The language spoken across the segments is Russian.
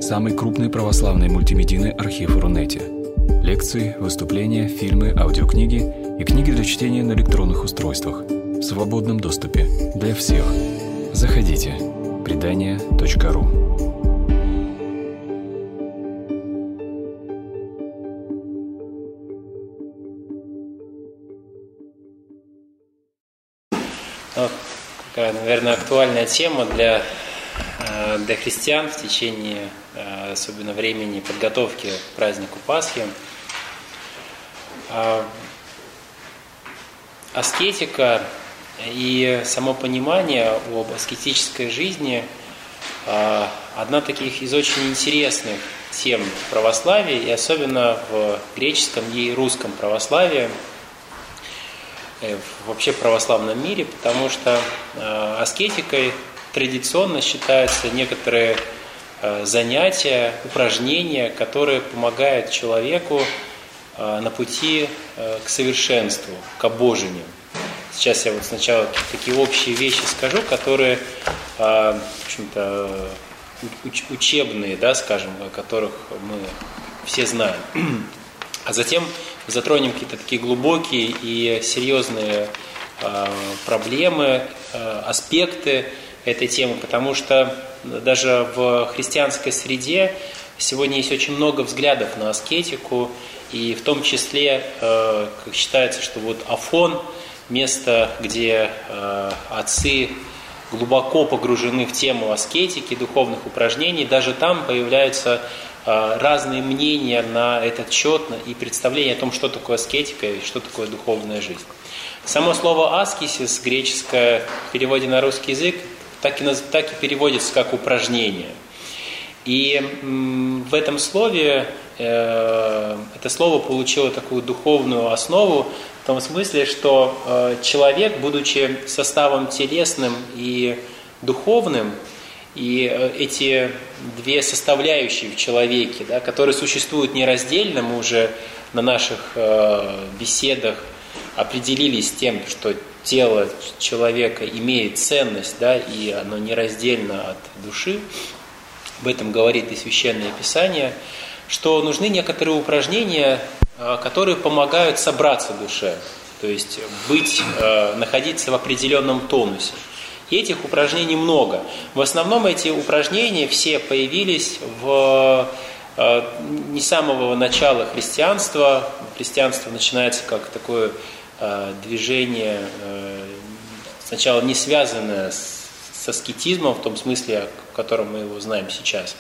самый крупный православный мультимедийный архив Рунете. Лекции, выступления, фильмы, аудиокниги и книги для чтения на электронных устройствах в свободном доступе для всех. Заходите. Предания.ру. Такая, наверное, актуальная тема для христиан в течение, особенно времени подготовки к празднику Пасхи. Аскетика и само понимание об аскетической жизни – одна таких из очень интересных тем православия, и особенно в греческом и русском православии, вообще в православном мире, потому что аскетикой традиционно считаются некоторые занятия, упражнения, которые помогают человеку на пути к совершенству, к обожению. Сейчас я вот сначала такие общие вещи скажу, которые, в общем-то, учебные, да, скажем, о которых мы все знаем. А затем затронем какие-то такие глубокие и серьезные проблемы, аспекты этой темы, потому что даже в христианской среде сегодня есть очень много взглядов на аскетику, и в том числе, как считается, что вот Афон, место, где отцы глубоко погружены в тему аскетики, духовных упражнений, даже там появляются разные мнения на этот счет и представления о том, что такое аскетика и что такое духовная жизнь. Само слово «аскесис», греческое, в переводе на русский язык, так и переводится как «упражнение». И в этом слове, это слово получило такую духовную основу, в том смысле, что человек, будучи составом телесным и духовным, и эти две составляющие в человеке, да, которые существуют нераздельно, мы уже на наших беседах определились с тем, что тело человека имеет ценность, да, и оно нераздельно от души. Об этом говорит и Священное Писание, что нужны некоторые упражнения, которые помогают собраться душе, то есть находиться в определенном тонусе. И этих упражнений много. В основном эти упражнения все появились не с самого начала христианства. Христианство начинается как такое движение, сначала не связанное с аскетизмом, в том смысле, в котором мы его знаем сейчас.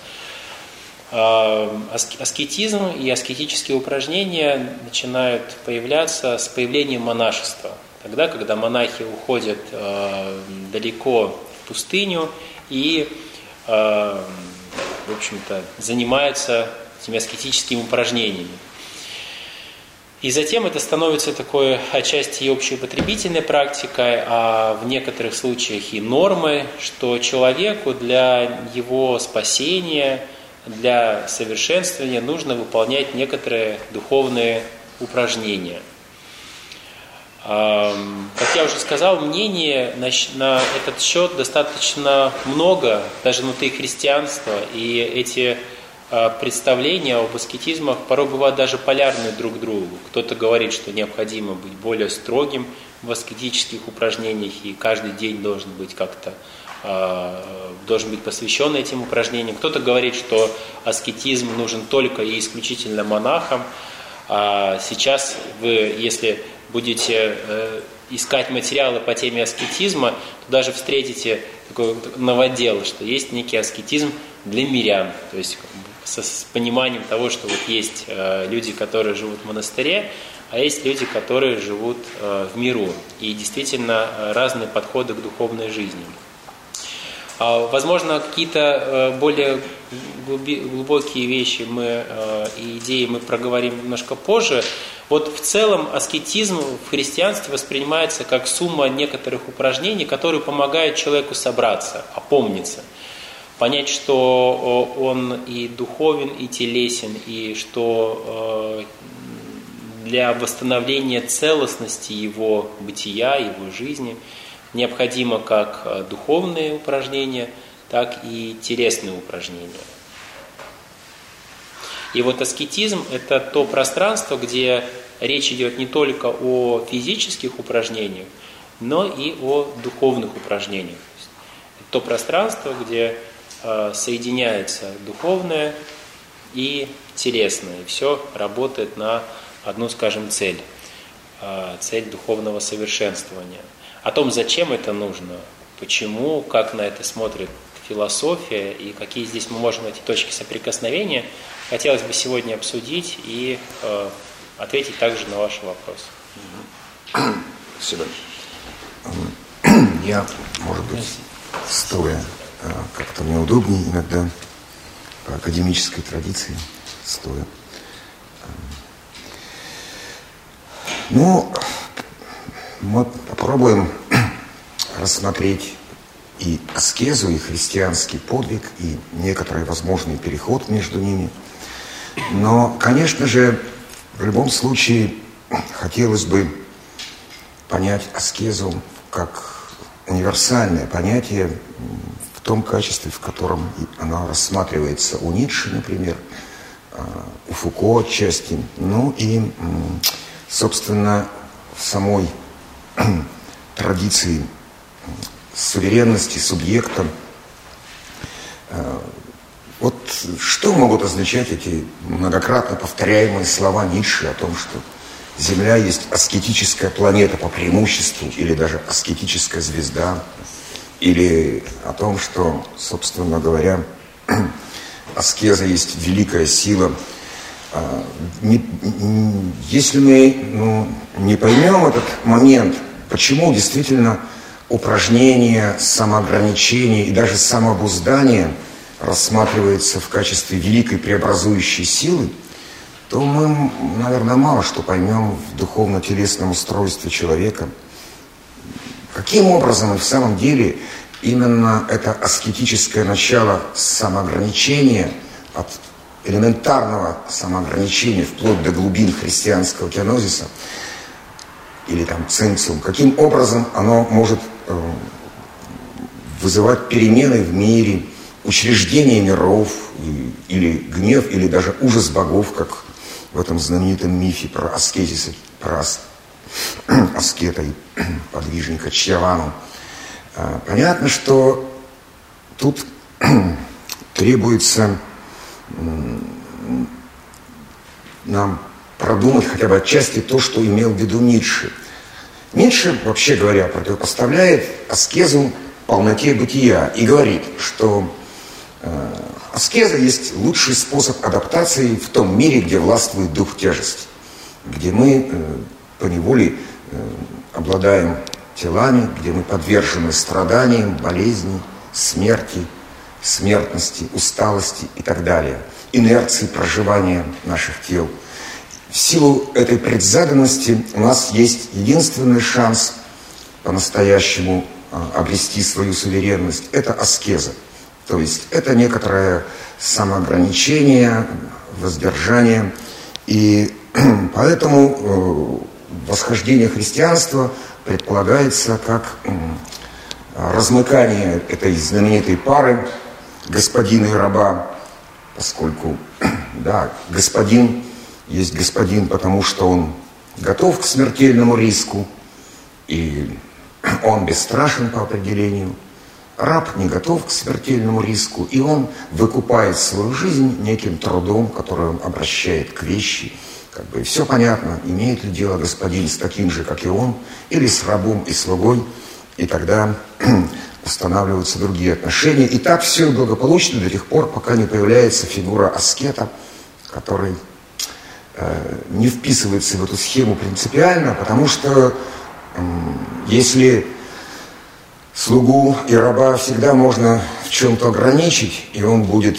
Аскетизм и аскетические упражнения начинают появляться с появлением монашества. Тогда, когда монахи уходят далеко в пустыню и, в общем-то, занимаются этими аскетическими упражнениями. И затем это становится такой отчасти и общеупотребительной практикой, а в некоторых случаях и нормой, что человеку для его спасения, для совершенствования нужно выполнять некоторые духовные упражнения. Как я уже сказал, мнений на этот счет достаточно много, даже внутри христианства, и эти представления об аскетизмах порой бывают даже полярны друг другу. Кто-то говорит, что необходимо быть более строгим в аскетических упражнениях, и каждый день должен быть посвящен этим упражнениям. Кто-то говорит, что аскетизм нужен только и исключительно монахам. А сейчас вы, если будете искать материалы по теме аскетизма, то даже встретите такой новодел, что есть некий аскетизм для мирян. То есть с пониманием того, что вот есть люди, которые живут в монастыре, а есть люди, которые живут в миру. И действительно разные подходы к духовной жизни. Возможно, какие-то более глубокие вещи и идеи мы проговорим немножко позже. Вот в целом аскетизм в христианстве воспринимается как сумма некоторых упражнений, которые помогают человеку собраться, опомниться, понять, что он и духовен, и телесен, и что для восстановления целостности его бытия, его жизни необходимо как духовные упражнения, так и телесные упражнения. И вот аскетизм – это то пространство, где речь идет не только о физических упражнениях, но и о духовных упражнениях. Это то пространство, где соединяется духовное и телесное, и все работает на одну, скажем, цель духовного совершенствования. О том, зачем это нужно, почему, как на это смотрит философия и какие здесь мы можем найти точки соприкосновения, хотелось бы сегодня обсудить и ответить также на ваши вопросы. Спасибо. Я, может быть, стоя, как-то мне удобнее иногда по академической традиции стоя. Ну, мы попробуем рассмотреть и аскезу, и христианский подвиг, и некоторый возможный переход между ними. Но, конечно же, в любом случае хотелось бы понять аскезу как универсальное понятие в том качестве, в котором она рассматривается у Ницше, например, у Фуко отчасти, ну и, собственно, в самой традиции суверенности субъекта. Вот что могут означать эти многократно повторяемые слова Ницше о том, что Земля есть аскетическая планета по преимуществу, или даже аскетическая звезда, или о том, что, собственно говоря, аскеза есть великая сила. Если мы не поймем этот момент, почему действительно упражнение, самоограничение и даже самообуздание рассматривается в качестве великой преобразующей силы, то мы, наверное, мало что поймем в духовно-телесном устройстве человека. Каким образом и в самом деле именно это аскетическое начало самоограничения, от элементарного самоограничения вплоть до глубин христианского кенозиса или там цинциум, каким образом оно может вызывать перемены в мире, учреждение миров, или гнев, или даже ужас богов, как в этом знаменитом мифе про аскезиса, про аскета и подвижника Чьявану. Понятно, что тут требуется нам продумать хотя бы отчасти то, что имел в виду Ницше. Ницше, вообще говоря, противопоставляет аскезу полноте бытия и говорит, что аскеза есть лучший способ адаптации в том мире, где властвует дух тяжести, где мы поневоле обладаем телами, где мы подвержены страданиям, болезни, смерти, смертности, усталости и так далее, инерции проживания наших тел. В силу этой предзаданности у нас есть единственный шанс по-настоящему обрести свою суверенность – это аскеза. То есть это некоторое самоограничение, воздержание. И поэтому восхождение христианства предполагается как размыкание этой знаменитой пары господина и раба, поскольку, да, господин есть господин, потому что он готов к смертельному риску, и он бесстрашен по определению. Раб не готов к смертельному риску, и он выкупает свою жизнь неким трудом, который он обращает к вещи. Как бы все понятно, имеет ли дело господин с таким же, как и он, или с рабом и слугой, и тогда устанавливаются другие отношения. И так все благополучно до тех пор, пока не появляется фигура аскета, который не вписывается в эту схему принципиально, потому что если слугу и раба всегда можно в чем-то ограничить, и он будет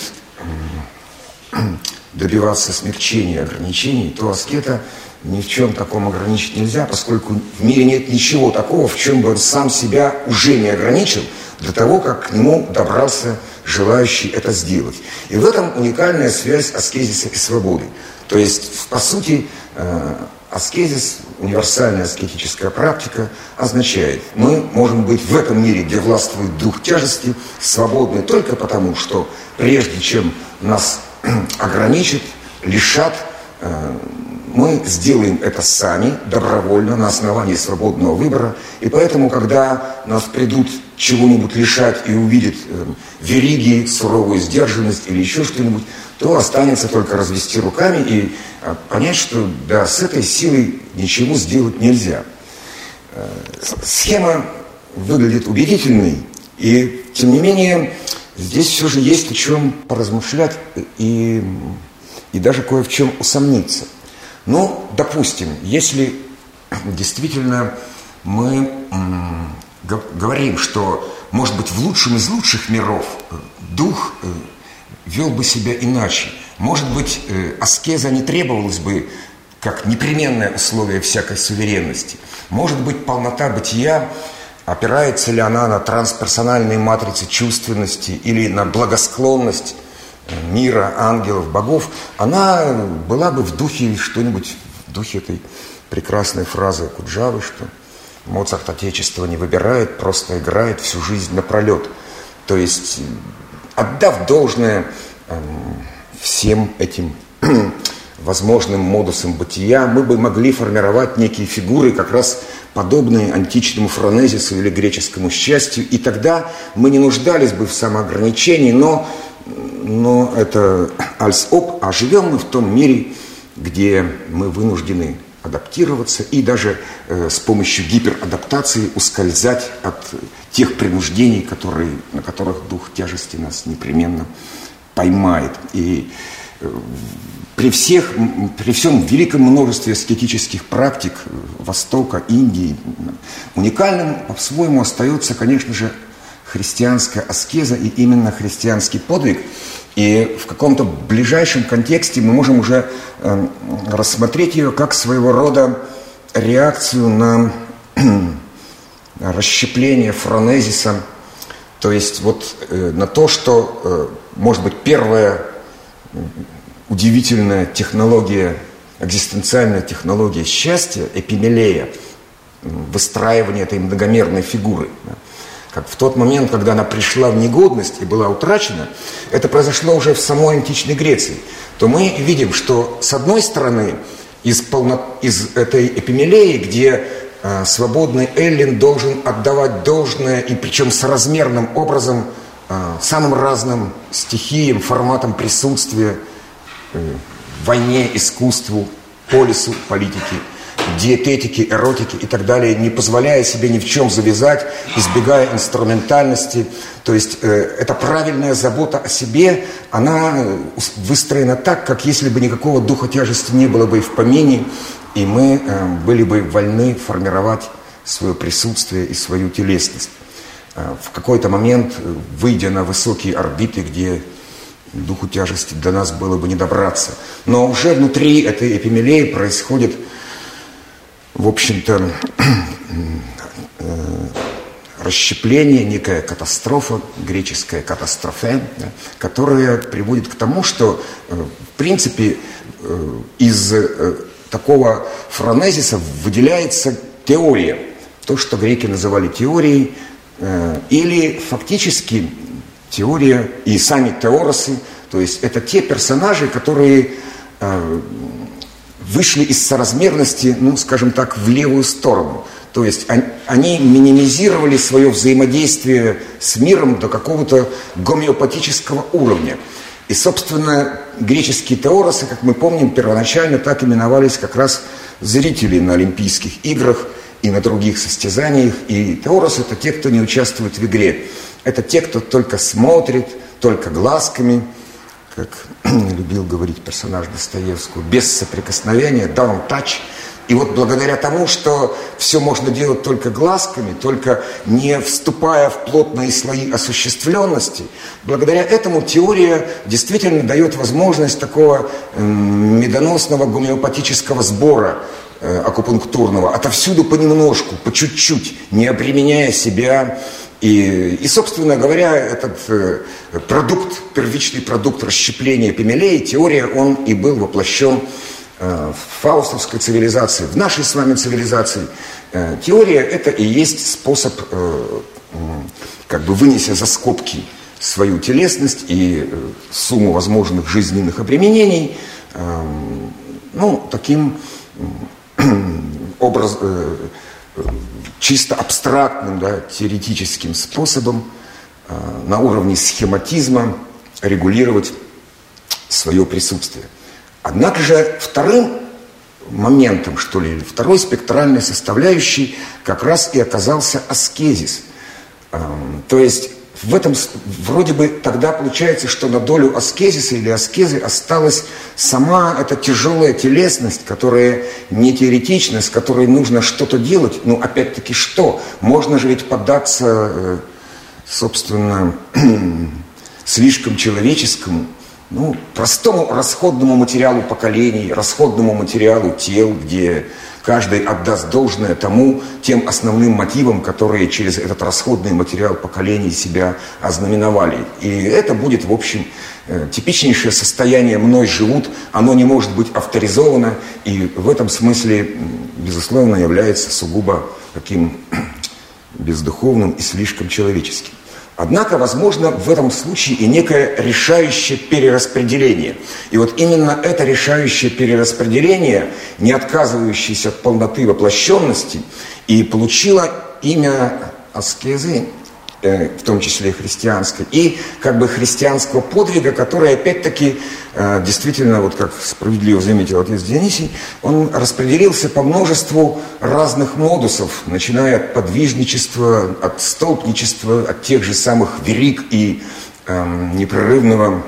добиваться смягчения ограничений, то аскета ни в чем таком ограничить нельзя, поскольку в мире нет ничего такого, в чем бы он сам себя уже не ограничил до того, как к нему добрался желающий это сделать. И в этом уникальная связь аскезиса и свободы. То есть, по сути, аскезис, универсальная аскетическая практика, означает, мы можем быть в этом мире, где властвует дух тяжести, свободны только потому, что прежде чем нас ограничит, лишат, мы сделаем это сами, добровольно, на основании свободного выбора. И поэтому, когда нас придут чего-нибудь лишать и увидят вериги, суровую сдержанность или еще что-нибудь, то останется только развести руками и понять, что да, с этой силой ничего сделать нельзя. Схема выглядит убедительной, и тем не менее здесь все же есть о чем поразмышлять и даже кое в чем усомниться. Ну, допустим, если действительно мы говорим, что, может быть, в лучшем из лучших миров дух вел бы себя иначе. Может быть, аскеза не требовалась бы как непременное условие всякой суверенности. Может быть, полнота бытия, опирается ли она на трансперсональные матрицы чувственности или на благосклонность мира, ангелов, богов, она была бы в духе что-нибудь, в духе этой прекрасной фразы Куджавы, что Моцарт отечество не выбирает, просто играет всю жизнь напролет. То есть, отдав должное всем этим возможным модусам бытия, мы бы могли формировать некие фигуры, как раз подобные античному фронезису или греческому счастью, и тогда мы не нуждались бы в самоограничении, но это альс оп, а живем мы в том мире, где мы вынуждены адаптироваться и даже с помощью гиперадаптации ускользать от тех принуждений, на которых дух тяжести нас непременно поймает. И при всем великом множестве аскетических практик Востока, Индии, уникальным по-своему остается, конечно же, христианская аскеза и именно христианский подвиг. И в каком-то ближайшем контексте мы можем уже рассмотреть ее как своего рода реакцию на расщепление фронезиса, то есть вот на то, что, может быть, первая удивительная технология, экзистенциальная технология счастья, эпимелея, выстраивание этой многомерной фигуры, как в тот момент, когда она пришла в негодность и была утрачена, это произошло уже в самой античной Греции, то мы видим, что с одной стороны из этой эпимелеи, где свободный эллин должен отдавать должное, и причем соразмерным образом самым разным стихиям, форматам присутствия, войне, искусству, полису, политике, диететики, эротики и так далее, не позволяя себе ни в чем завязать, избегая инструментальности. То есть эта правильная забота о себе, она выстроена так, как если бы никакого духа тяжести не было бы и в помине, и мы были бы вольны формировать свое присутствие и свою телесность. В какой-то момент, выйдя на высокие орбиты, где духу тяжести до нас было бы не добраться. Но уже внутри этой эпимелеи происходит, в общем-то, расщепление, некая катастрофа, греческая катастрофе, да, которая приводит к тому, что, в принципе, из такого фронезиса выделяется теория. То, что греки называли теорией, или фактически теория и сами теоросы, то есть это те персонажи, которые вышли из соразмерности, ну, скажем так, в левую сторону. То есть они минимизировали свое взаимодействие с миром до какого-то гомеопатического уровня. И, собственно, греческие теоросы, как мы помним, первоначально так именовались как раз зрители на Олимпийских играх и на других состязаниях. И теоросы – это те, кто не участвует в игре. Это те, кто только смотрит, только глазками, как любил говорить персонаж Достоевского, без соприкосновения, don't touch. И вот благодаря тому, что все можно делать только глазками, только не вступая в плотные слои осуществленности, благодаря этому теория действительно дает возможность такого медоносного гомеопатического сбора акупунктурного, отовсюду понемножку, по чуть-чуть, не обременяя себя. И, собственно говоря, этот продукт, первичный продукт расщепления эпимелеи, теория, он и был воплощен в фаустовской цивилизации, в нашей с вами цивилизации. Теория – это и есть способ, как бы вынеся за скобки свою телесность и сумму возможных жизненных обременений, таким чисто абстрактным, да, теоретическим способом на уровне схематизма регулировать свое присутствие. Однако же вторым моментом, что ли, второй спектральной составляющей как раз и оказался аскезис. То есть в этом вроде бы тогда получается, что на долю аскезиса или аскезы осталась сама эта тяжелая телесность, которая не теоретична, с которой нужно что-то делать. Ну, опять-таки, что? Можно же ведь поддаться, собственно, слишком человеческому, простому расходному материалу поколений, расходному материалу тел, где каждый отдаст должное тем основным мотивам, которые через этот расходный материал поколений себя ознаменовали. И это будет, в общем, типичнейшее состояние «мной живут», оно не может быть авторизовано, и в этом смысле, безусловно, является сугубо таким бездуховным и слишком человеческим. Однако, возможно, в этом случае и некое решающее перераспределение. И вот именно это решающее перераспределение, не отказывающееся от полноты воплощенности, и получило имя аскезы, в том числе и христианской, и как бы христианского подвига, который, опять-таки, действительно, вот как справедливо заметил отец Дионисий, он распределился по множеству разных модусов, начиная от подвижничества, от столпничества, от тех же самых вериг и непрерывного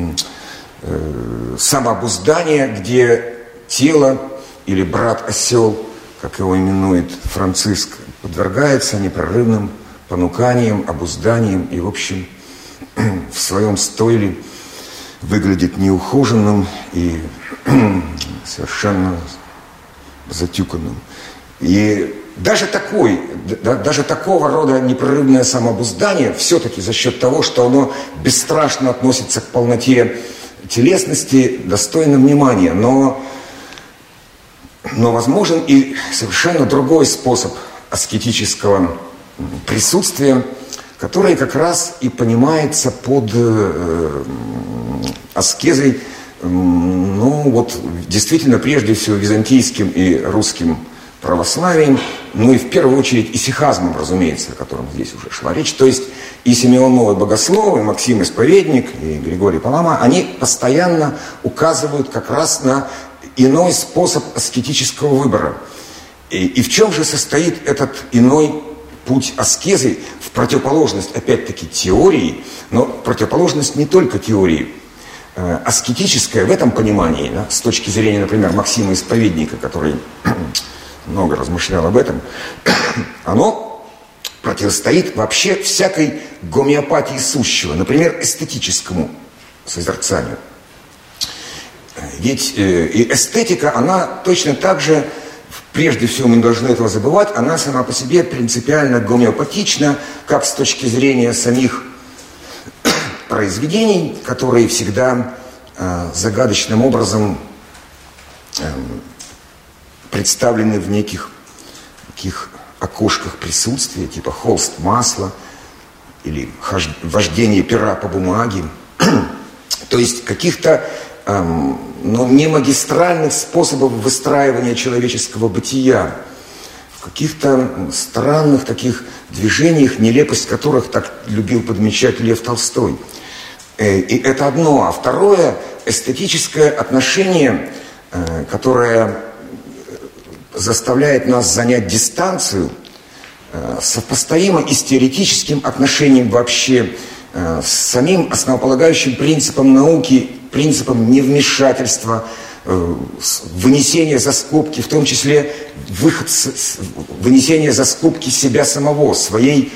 самообуздания, где тело или брат-осел, как его именует Франциск, подвергается непрерывным понуканием, обузданием и, в общем, в своем стойле выглядит неухоженным и совершенно затюканным. И даже такого рода непрерывное самообуздание все-таки за счет того, что оно бесстрашно относится к полноте телесности, достойно внимания. Но возможен и совершенно другой способ аскетического присутствие, которое как раз и понимается под аскезой, действительно, прежде всего, византийским и русским православием, и в первую очередь исихазмом, разумеется, о котором здесь уже шла речь. То есть и Симеон Новый Богослов, и Максим Исповедник, и Григорий Палама, они постоянно указывают как раз на иной способ аскетического выбора. И в чем же состоит этот иной путь аскезы, в противоположность, опять-таки, теории, но противоположность не только теории. Аскетическое в этом понимании, да, с точки зрения, например, Максима Исповедника, который много размышлял об этом, оно противостоит вообще всякой гомеопатии сущего, например, эстетическому созерцанию. Ведь и эстетика, она точно так же, прежде всего, мы не должны этого забывать, она сама по себе принципиально гомеопатична, как с точки зрения самих произведений, которые всегда загадочным образом представлены в неких таких окошках присутствия, типа холст масла или вождение пера по бумаге. То есть каких-то не магистральных способов выстраивания человеческого бытия, в каких-то странных таких движениях, нелепость которых так любил подмечать Лев Толстой. И это одно. А второе, эстетическое отношение, которое заставляет нас занять дистанцию, сопоставимо и с теоретическим отношением вообще, с самим основополагающим принципом науки, принципом невмешательства, вынесения за скобки, в том числе вынесения за скобки себя самого, своей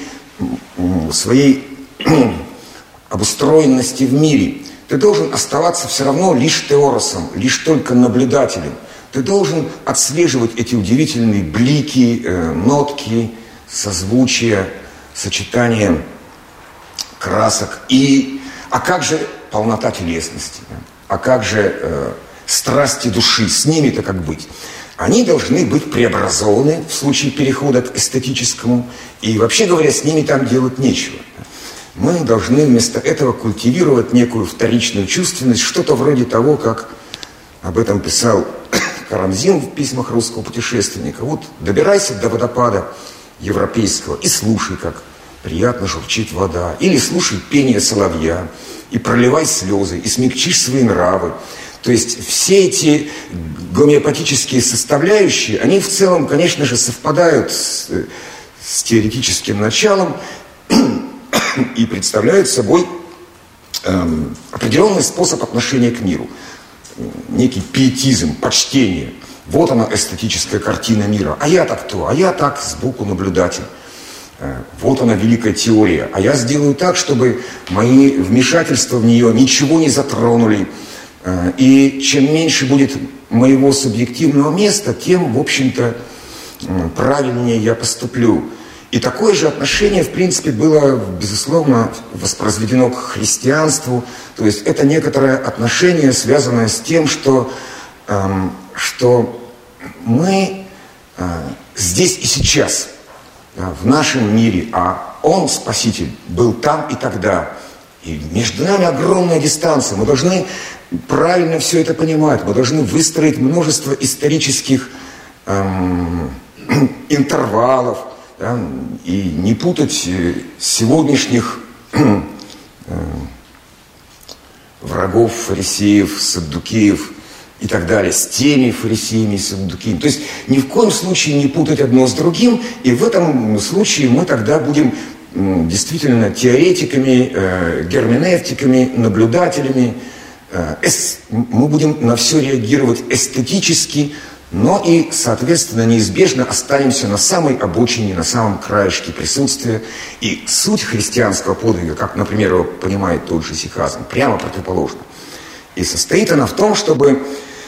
обустроенности в мире. Ты должен оставаться все равно лишь теоросом, лишь только наблюдателем. Ты должен отслеживать эти удивительные блики, нотки, созвучия, сочетания красок. А как же полнота телесности? А как же страсти души? С ними-то как быть? Они должны быть преобразованы в случае перехода к эстетическому. И вообще говоря, с ними там делать нечего. Мы должны вместо этого культивировать некую вторичную чувственность, что-то вроде того, как об этом писал Карамзин в письмах русского путешественника. Вот добирайся до водопада европейского и слушай, как приятно журчит вода. Или слушай пение соловья, и проливай слезы, и смягчишь свои нравы. То есть все эти гомеопатические составляющие, они в целом, конечно же, совпадают с теоретическим началом и представляют собой определенный способ отношения к миру. Некий пиетизм, почтение. Вот она, эстетическая картина мира. А я-то кто? А я так, сбоку наблюдатель. Вот она, великая теория. А я сделаю так, чтобы мои вмешательства в нее ничего не затронули. И чем меньше будет моего субъективного места, тем, в общем-то, правильнее я поступлю. И такое же отношение, в принципе, было, безусловно, воспроизведено к христианству. То есть это некоторое отношение, связанное с тем, что мы здесь и сейчас, в нашем мире, а Он, Спаситель, был там и тогда. И между нами огромная дистанция. Мы должны правильно все это понимать. Мы должны выстроить множество исторических интервалов, да, и не путать сегодняшних врагов фарисеев, саддукеев и так далее, с теми фарисеями и саддукеями. То есть ни в коем случае не путать одно с другим, и в этом случае мы тогда будем действительно теоретиками, герменевтиками, наблюдателями. Мы будем на все реагировать эстетически, но и, соответственно, неизбежно останемся на самой обочине, на самом краешке присутствия. И суть христианского подвига, как, например, его понимает тот же сихазм, прямо противоположна. И состоит она в том, чтобы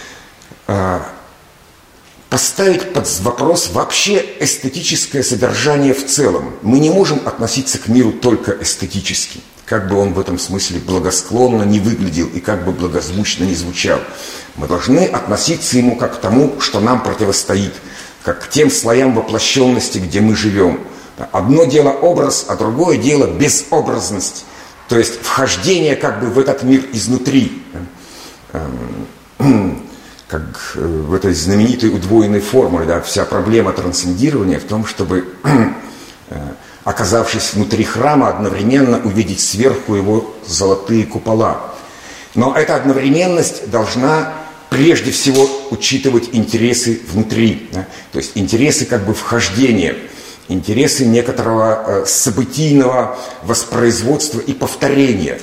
поставить под вопрос вообще эстетическое содержание в целом. Мы не можем относиться к миру только эстетически, как бы он в этом смысле благосклонно не выглядел и как бы благозвучно не звучал. Мы должны относиться ему как к тому, что нам противостоит, как к тем слоям воплощенности, где мы живем. Одно дело образ, а другое дело безобразность. То есть вхождение как бы в этот мир изнутри. Как в этой знаменитой удвоенной формуле, да, вся проблема трансцендирования в том, чтобы, оказавшись внутри храма, одновременно увидеть сверху его золотые купола. Но эта одновременность должна прежде всего учитывать интересы внутри, да, то есть интересы как бы вхождения, интересы некоторого событийного воспроизводства и повторения.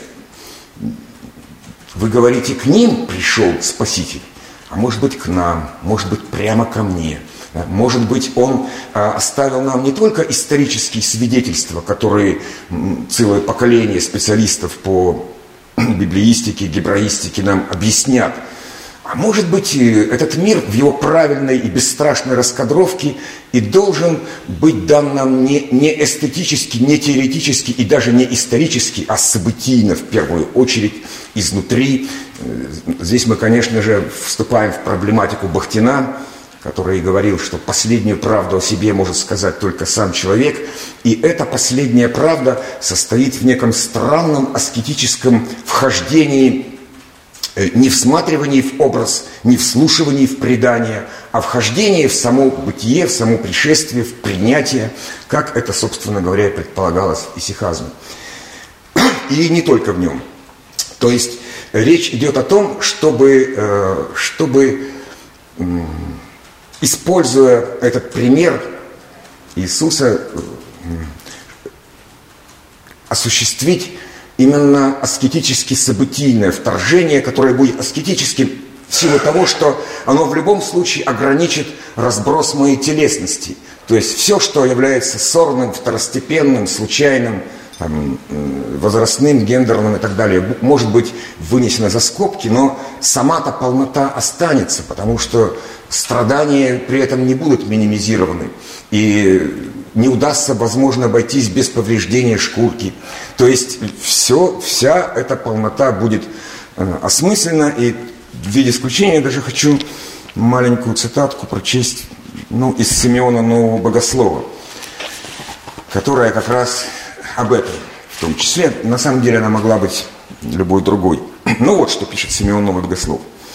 Вы говорите, к ним пришел Спаситель, а может быть к нам, может быть прямо ко мне. Может быть, он оставил нам не только исторические свидетельства, которые целое поколение специалистов по библеистике, гебраистике нам объяснят, а может быть, этот мир в его правильной и бесстрашной раскадровке и должен быть дан нам не эстетически, не теоретически и даже не исторически, а событийно в первую очередь, изнутри. Здесь мы, конечно же, вступаем в проблематику Бахтина, который говорил, что последнюю правду о себе может сказать только сам человек. И эта последняя правда состоит в неком странном аскетическом вхождении, не всматривании в образ, не вслушивании в предание, а вхождении в само бытие, в само пришествие, в принятие, как это, собственно говоря, предполагалось в исихазме. И не только в нем. То есть речь идет о том, чтобы используя этот пример Иисуса, осуществить именно аскетически событийное вторжение, которое будет аскетическим в силу того, что оно в любом случае ограничит разброс моей телесности. То есть все, что является сорным, второстепенным, случайным, возрастным, гендерным и так далее, может быть вынесено за скобки, но сама-то полнота останется, потому что страдания при этом не будут минимизированы. И не удастся, возможно, обойтись без повреждения шкурки. То есть вся эта полнота будет осмыслена. И в виде исключения я даже хочу маленькую цитатку прочесть из Симеона Нового Богослова, которая как раз об этом в том числе. На самом деле она могла быть любой другой. Вот что пишет Симеон Новый Богослов.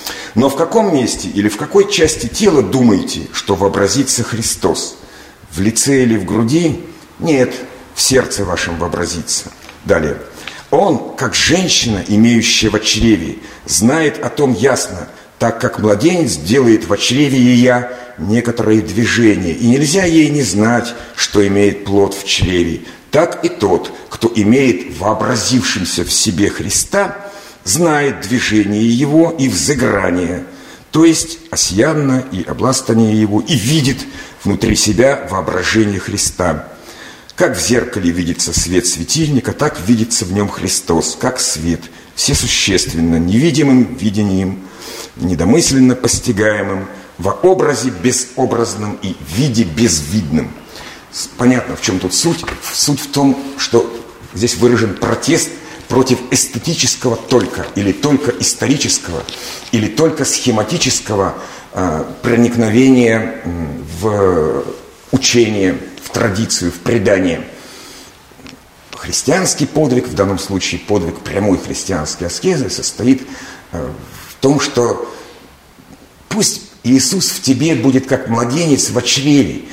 Но в каком месте или в какой части тела думаете, что вообразится Христос? В лице или в груди? Нет, в сердце вашем вообразится. Далее. Он, как женщина, имеющая в чреве, знает о том ясно, так как младенец делает в чреве ее некоторые движения, и нельзя ей не знать, что имеет плод в чреве. Так и тот, кто имеет вообразившимся в себе Христа, знает движение его и взыграние, то есть осьянно и областание его, и видит внутри себя воображение Христа. Как в зеркале видится свет светильника, так видится в нем Христос, как свет, всесущественно, невидимым видением, недомысленно постигаемым, во образе безобразном и виде безвидном. Понятно, в чем тут суть? Суть в том, что здесь выражен протест против эстетического только, или только исторического, или только схематического проникновения в учение, в традицию, в предание. Христианский подвиг, в данном случае подвиг прямой христианской аскезы, состоит в том, что пусть Иисус в тебе будет как младенец во чреве,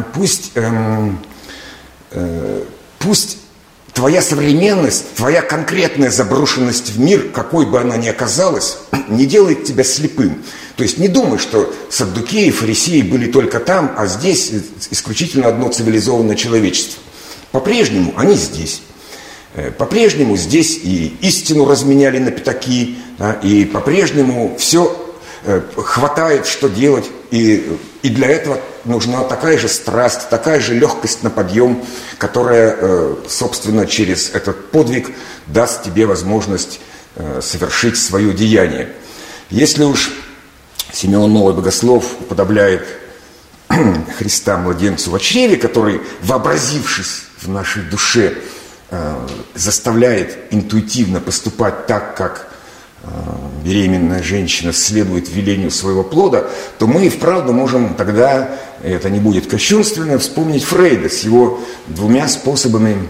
пусть твоя современность, твоя конкретная заброшенность в мир, какой бы она ни оказалась, не делает тебя слепым. То есть не думай, что саддукеи, фарисеи были только там, а здесь исключительно одно цивилизованное человечество. По-прежнему они здесь. По-прежнему здесь и истину разменяли на пятаки, и по-прежнему все хватает, что делать. И для этого нужна такая же страсть, такая же легкость на подъем, которая, собственно, через этот подвиг даст тебе возможность совершить свое деяние. Если уж Симеон Новый Богослов уподобляет Христа младенцу во чреве, который, вообразившись в нашей душе, заставляет интуитивно поступать так, как беременная женщина следует велению своего плода, то мы и вправду можем тогда, это не будет кощунственно, вспомнить Фрейда с его двумя способами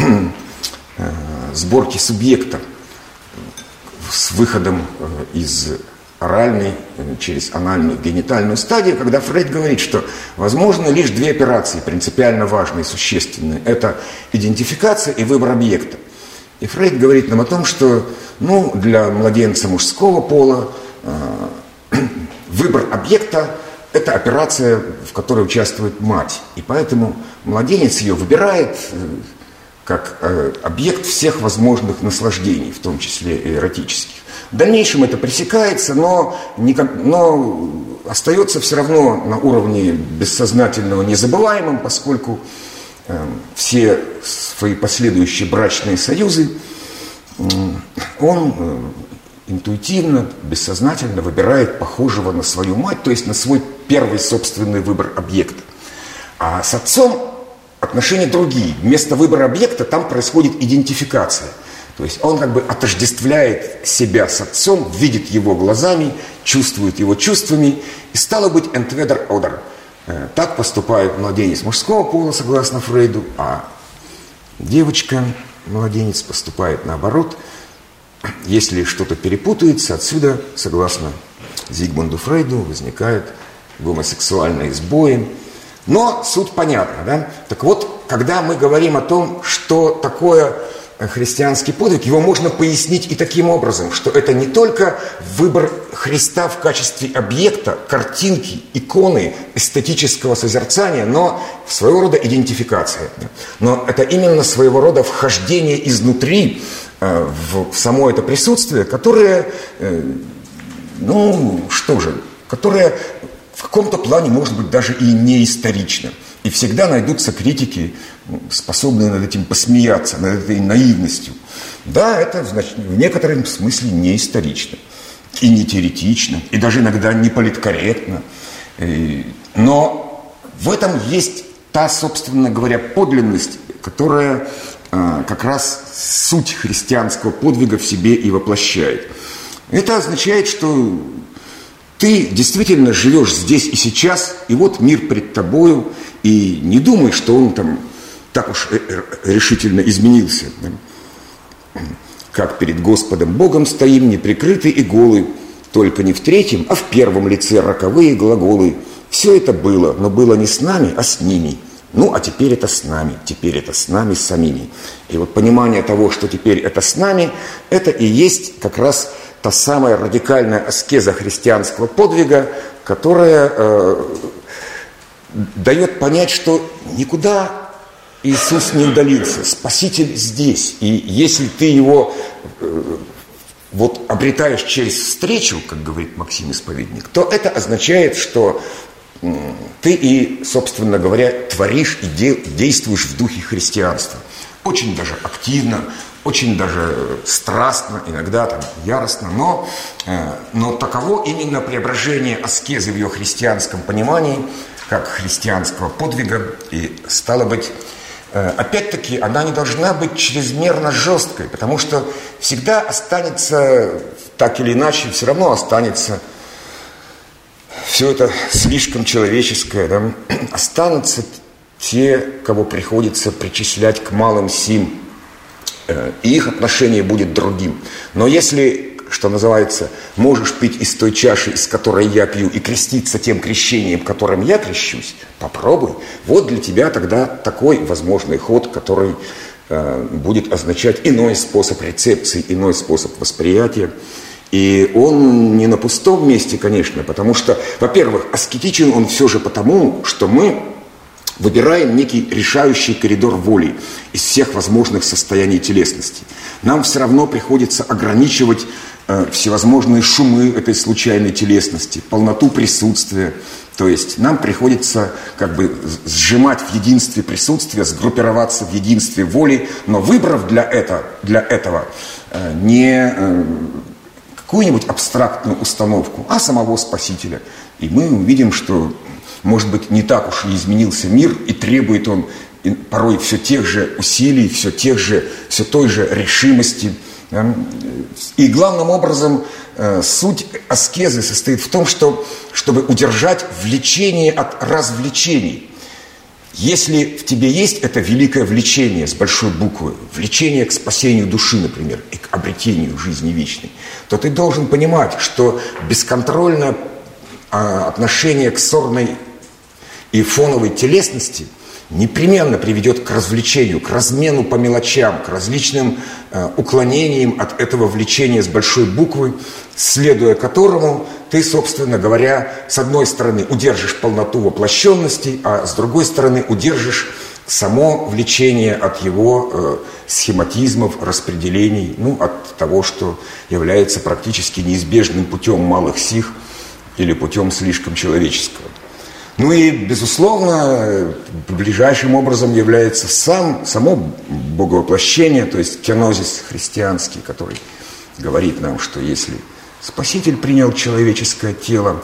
сборки субъекта, с выходом из оральной через анальную генитальную стадию, когда Фрейд говорит, что возможно лишь две операции, принципиально важные и существенные. Это идентификация и выбор объекта. И Фрейд говорит нам о том, что для младенца мужского пола выбор объекта – это операция, в которой участвует мать. И поэтому младенец ее выбирает как объект всех возможных наслаждений, в том числе и эротических. В дальнейшем это пресекается, но остается все равно на уровне бессознательного незабываемым, поскольку все свои последующие брачные союзы он интуитивно, бессознательно выбирает похожего на свою мать, то есть на свой первый собственный выбор объекта. А с отцом отношения другие. Вместо выбора объекта там происходит идентификация. То есть он как бы отождествляет себя с отцом, видит его глазами, чувствует его чувствами, и стало быть entweder oder. Так поступает младенец мужского пола, согласно Фрейду, а девочка, младенец, поступает наоборот. Если что-то перепутается, отсюда, согласно Зигмунду Фрейду, возникают гомосексуальные сбои. Но суть понятна, да? Так вот, когда мы говорим о том, что такое христианский подвиг, его можно пояснить и таким образом, что это не только выбор Христа в качестве объекта, картинки, иконы, эстетического созерцания, но своего рода идентификация. Но это именно своего рода вхождение изнутри в само это присутствие, которое, которое в каком-то плане может быть даже и не исторично. И всегда найдутся критики, способные над этим посмеяться, над этой наивностью. Да, это, значит, в некотором смысле не исторично, и не теоретично, и даже иногда не политкорректно. Но в этом есть та, собственно говоря, подлинность, которая как раз суть христианского подвига в себе и воплощает. Это означает, что ты действительно живешь здесь и сейчас, и вот мир пред тобою, и не думай, что он там так уж решительно изменился. Как перед Господом Богом стоим, неприкрытый и голый, только не в третьем, а в первом лице роковые глаголы. Все это было, но было не с нами, а с ними. Ну, а теперь это с нами, теперь это с нами самими. И вот понимание того, что теперь это с нами, это и есть как раз та самая радикальная аскеза христианского подвига, которая дает понять, что никуда Иисус не удалился, Спаситель здесь. И если ты его вот обретаешь через встречу, как говорит Максим Исповедник, то это означает, что ты и, собственно говоря, творишь и действуешь в духе христианства. Очень даже активно, очень даже страстно, иногда там яростно, но таково именно преображение аскезы в ее христианском понимании, как христианского подвига, и стало быть, опять-таки, она не должна быть чрезмерно жесткой, потому что всегда останется, так или иначе, все равно останется все это слишком человеческое, да? Останутся те, кого приходится причислять к малым сим, и их отношение будет другим. Но если, что называется, можешь пить из той чаши, из которой я пью, и креститься тем крещением, которым я крещусь, попробуй. Вот для тебя тогда такой возможный ход, который будет означать иной способ рецепции, иной способ восприятия. И он не на пустом месте, конечно, потому что, во-первых, аскетичен он все же потому, что мы выбираем некий решающий коридор воли из всех возможных состояний телесности. Нам все равно приходится ограничивать всевозможные шумы этой случайной телесности, полноту присутствия. То есть нам приходится как бы сжимать в единстве присутствия, сгруппироваться в единстве воли, но выбрав для этого не какую-нибудь абстрактную установку, а самого Спасителя. И мы увидим, что, может быть, не так уж и изменился мир, и требует он порой все тех же усилий, все той же решимости. И главным образом суть аскезы состоит в том, чтобы удержать влечение от развлечений. Если в тебе есть это великое влечение с большой буквы, влечение к спасению души, например, и к обретению жизни вечной, то ты должен понимать, что бесконтрольное отношение к сорной и фоновой телесности непременно приведет к развлечению, к размену по мелочам, к различным уклонениям от этого влечения с большой буквы, следуя которому ты, собственно говоря, с одной стороны удержишь полноту воплощенности, а с другой стороны удержишь само влечение от его схематизмов, распределений, от того, что является практически неизбежным путем малых сих или путем слишком человеческого. Ну и, безусловно, ближайшим образом является само боговоплощение, то есть кенозис христианский, который говорит нам, что если Спаситель принял человеческое тело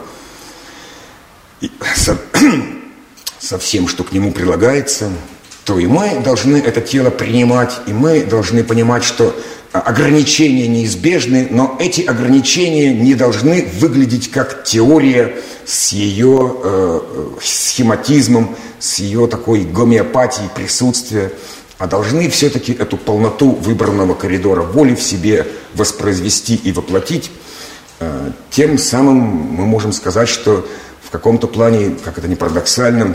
со всем, что к нему прилагается, то и мы должны это тело принимать, и мы должны понимать, что ограничения неизбежны, но эти ограничения не должны выглядеть как теория с ее схематизмом, с ее такой гомеопатией присутствия, а должны все-таки эту полноту выбранного коридора воли в себе воспроизвести и воплотить. Тем самым мы можем сказать, что в каком-то плане, как это ни парадоксально,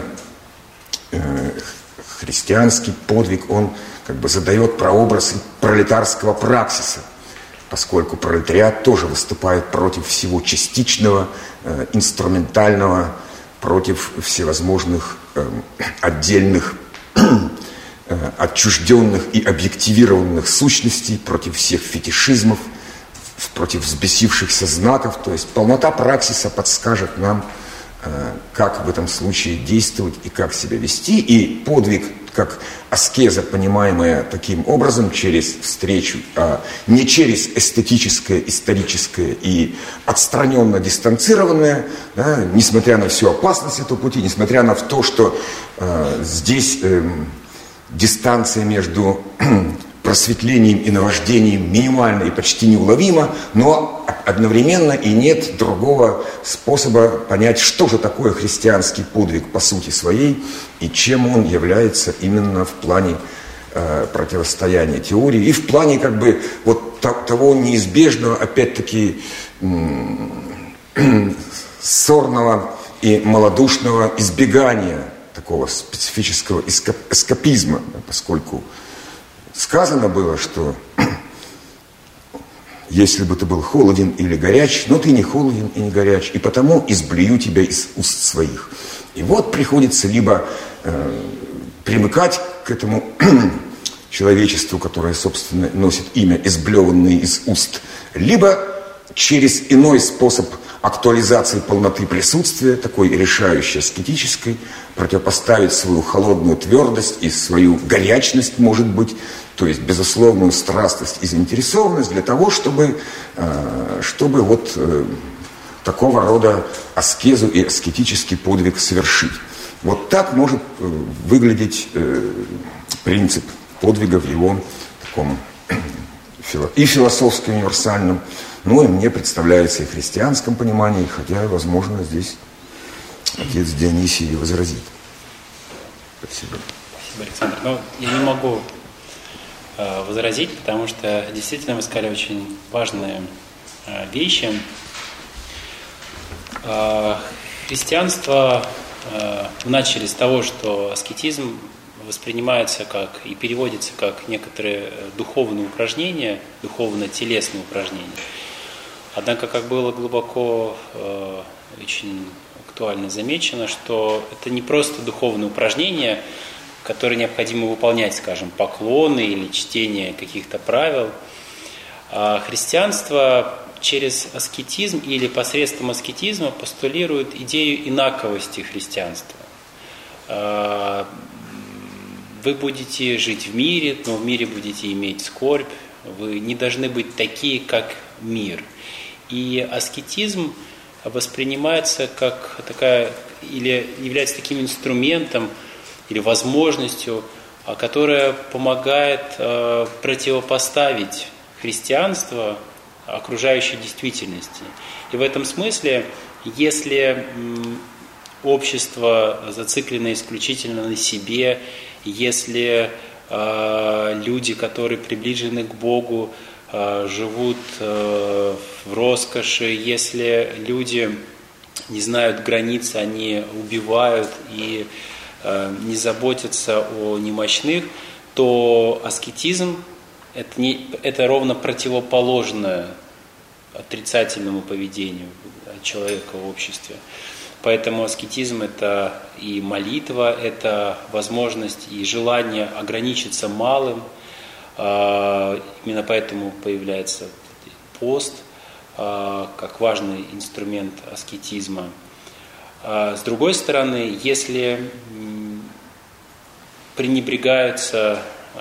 христианский подвиг, он как бы задает прообраз пролетарского праксиса, поскольку пролетариат тоже выступает против всего частичного, инструментального, против всевозможных отдельных, отчужденных и объективированных сущностей, против всех фетишизмов, против взбесившихся знаков. То есть полнота праксиса подскажет нам, как в этом случае действовать и как себя вести. И подвиг, как аскеза, понимаемая таким образом, через встречу, а не через эстетическое, историческое и отстраненно дистанцированное, да, несмотря на всю опасность этого пути, несмотря на то, что здесь дистанция между просветлением и наваждением минимальна и почти неуловима, но одновременно и нет другого способа понять, что же такое христианский подвиг по сути своей и чем он является именно в плане противостояния теории и в плане как бы вот того неизбежного, опять-таки, ссорного и малодушного избегания такого специфического эскапизма, поскольку сказано было, что если бы ты был холоден или горяч, но ты не холоден и не горяч, и потому изблюю тебя из уст своих. И вот приходится либо примыкать к этому человечеству, которое, собственно, носит имя «изблеванные из уст», либо через иной способ актуализации полноты присутствия, такой решающей, аскетической, противопоставить свою холодную твердость и свою горячность, может быть, то есть безусловную страстность и заинтересованность для того, чтобы вот такого рода аскезу и аскетический подвиг совершить. Вот так может выглядеть принцип подвига в его таком и философски универсальном, ну и мне представляется и в христианском понимании, хотя, возможно, здесь отец Дионисий возразит. Спасибо. Спасибо, Александр. Ну, я не могу возразить, потому что действительно вы сказали очень важные вещи. Христианство начали с того, что аскетизм воспринимается как и переводится как некоторые духовные упражнения, духовно-телесные упражнения. Однако, как было глубоко очень актуально замечено, что это не просто духовные упражнения, которые необходимо выполнять, скажем, поклоны или чтение каких-то правил. А христианство через аскетизм или посредством аскетизма постулирует идею инаковости христианства. Вы будете жить в мире, но в мире будете иметь скорбь. Вы не должны быть такие, как мир. И аскетизм воспринимается как такая, или является таким инструментом, или возможностью, которая помогает противопоставить христианство окружающей действительности. И в этом смысле, если общество зациклено исключительно на себе, если люди, которые приближены к Богу, живут в роскоши, если люди не знают границ, они убивают и не заботятся о немощных, то аскетизм это ровно противоположное отрицательному поведению человека в обществе. Поэтому аскетизм – это и молитва, это возможность и желание ограничиться малым. Именно поэтому появляется пост как важный инструмент аскетизма. С другой стороны, если пренебрегаются,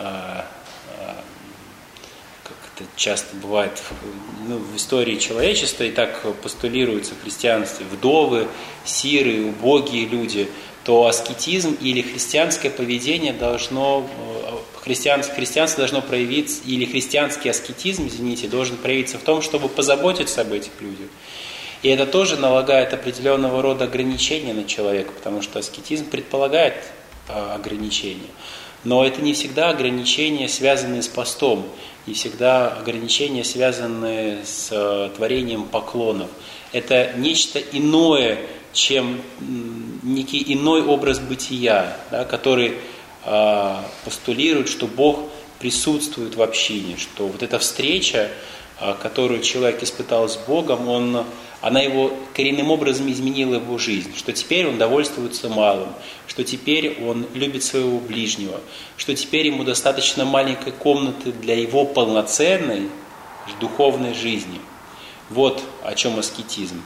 как это часто бывает в истории человечества, и так постулируется в христианстве, вдовы, сиры, убогие люди, то аскетизм или христианское поведение христианство должно проявиться, или христианский аскетизм, должен проявиться в том, чтобы позаботиться об этих людях. И это тоже налагает определенного рода ограничения на человека, потому что аскетизм предполагает ограничения. Но это не всегда ограничения, связанные с постом, не всегда ограничения, связанные с творением поклонов. Это нечто иное, чем некий иной образ бытия, да, который постулирует, что Бог присутствует в общине, что вот эта встреча, которую человек испытал с Богом, она его коренным образом изменила его жизнь, что теперь он довольствуется малым, что теперь он любит своего ближнего, что теперь ему достаточно маленькой комнаты для его полноценной духовной жизни. Вот о чем аскетизм.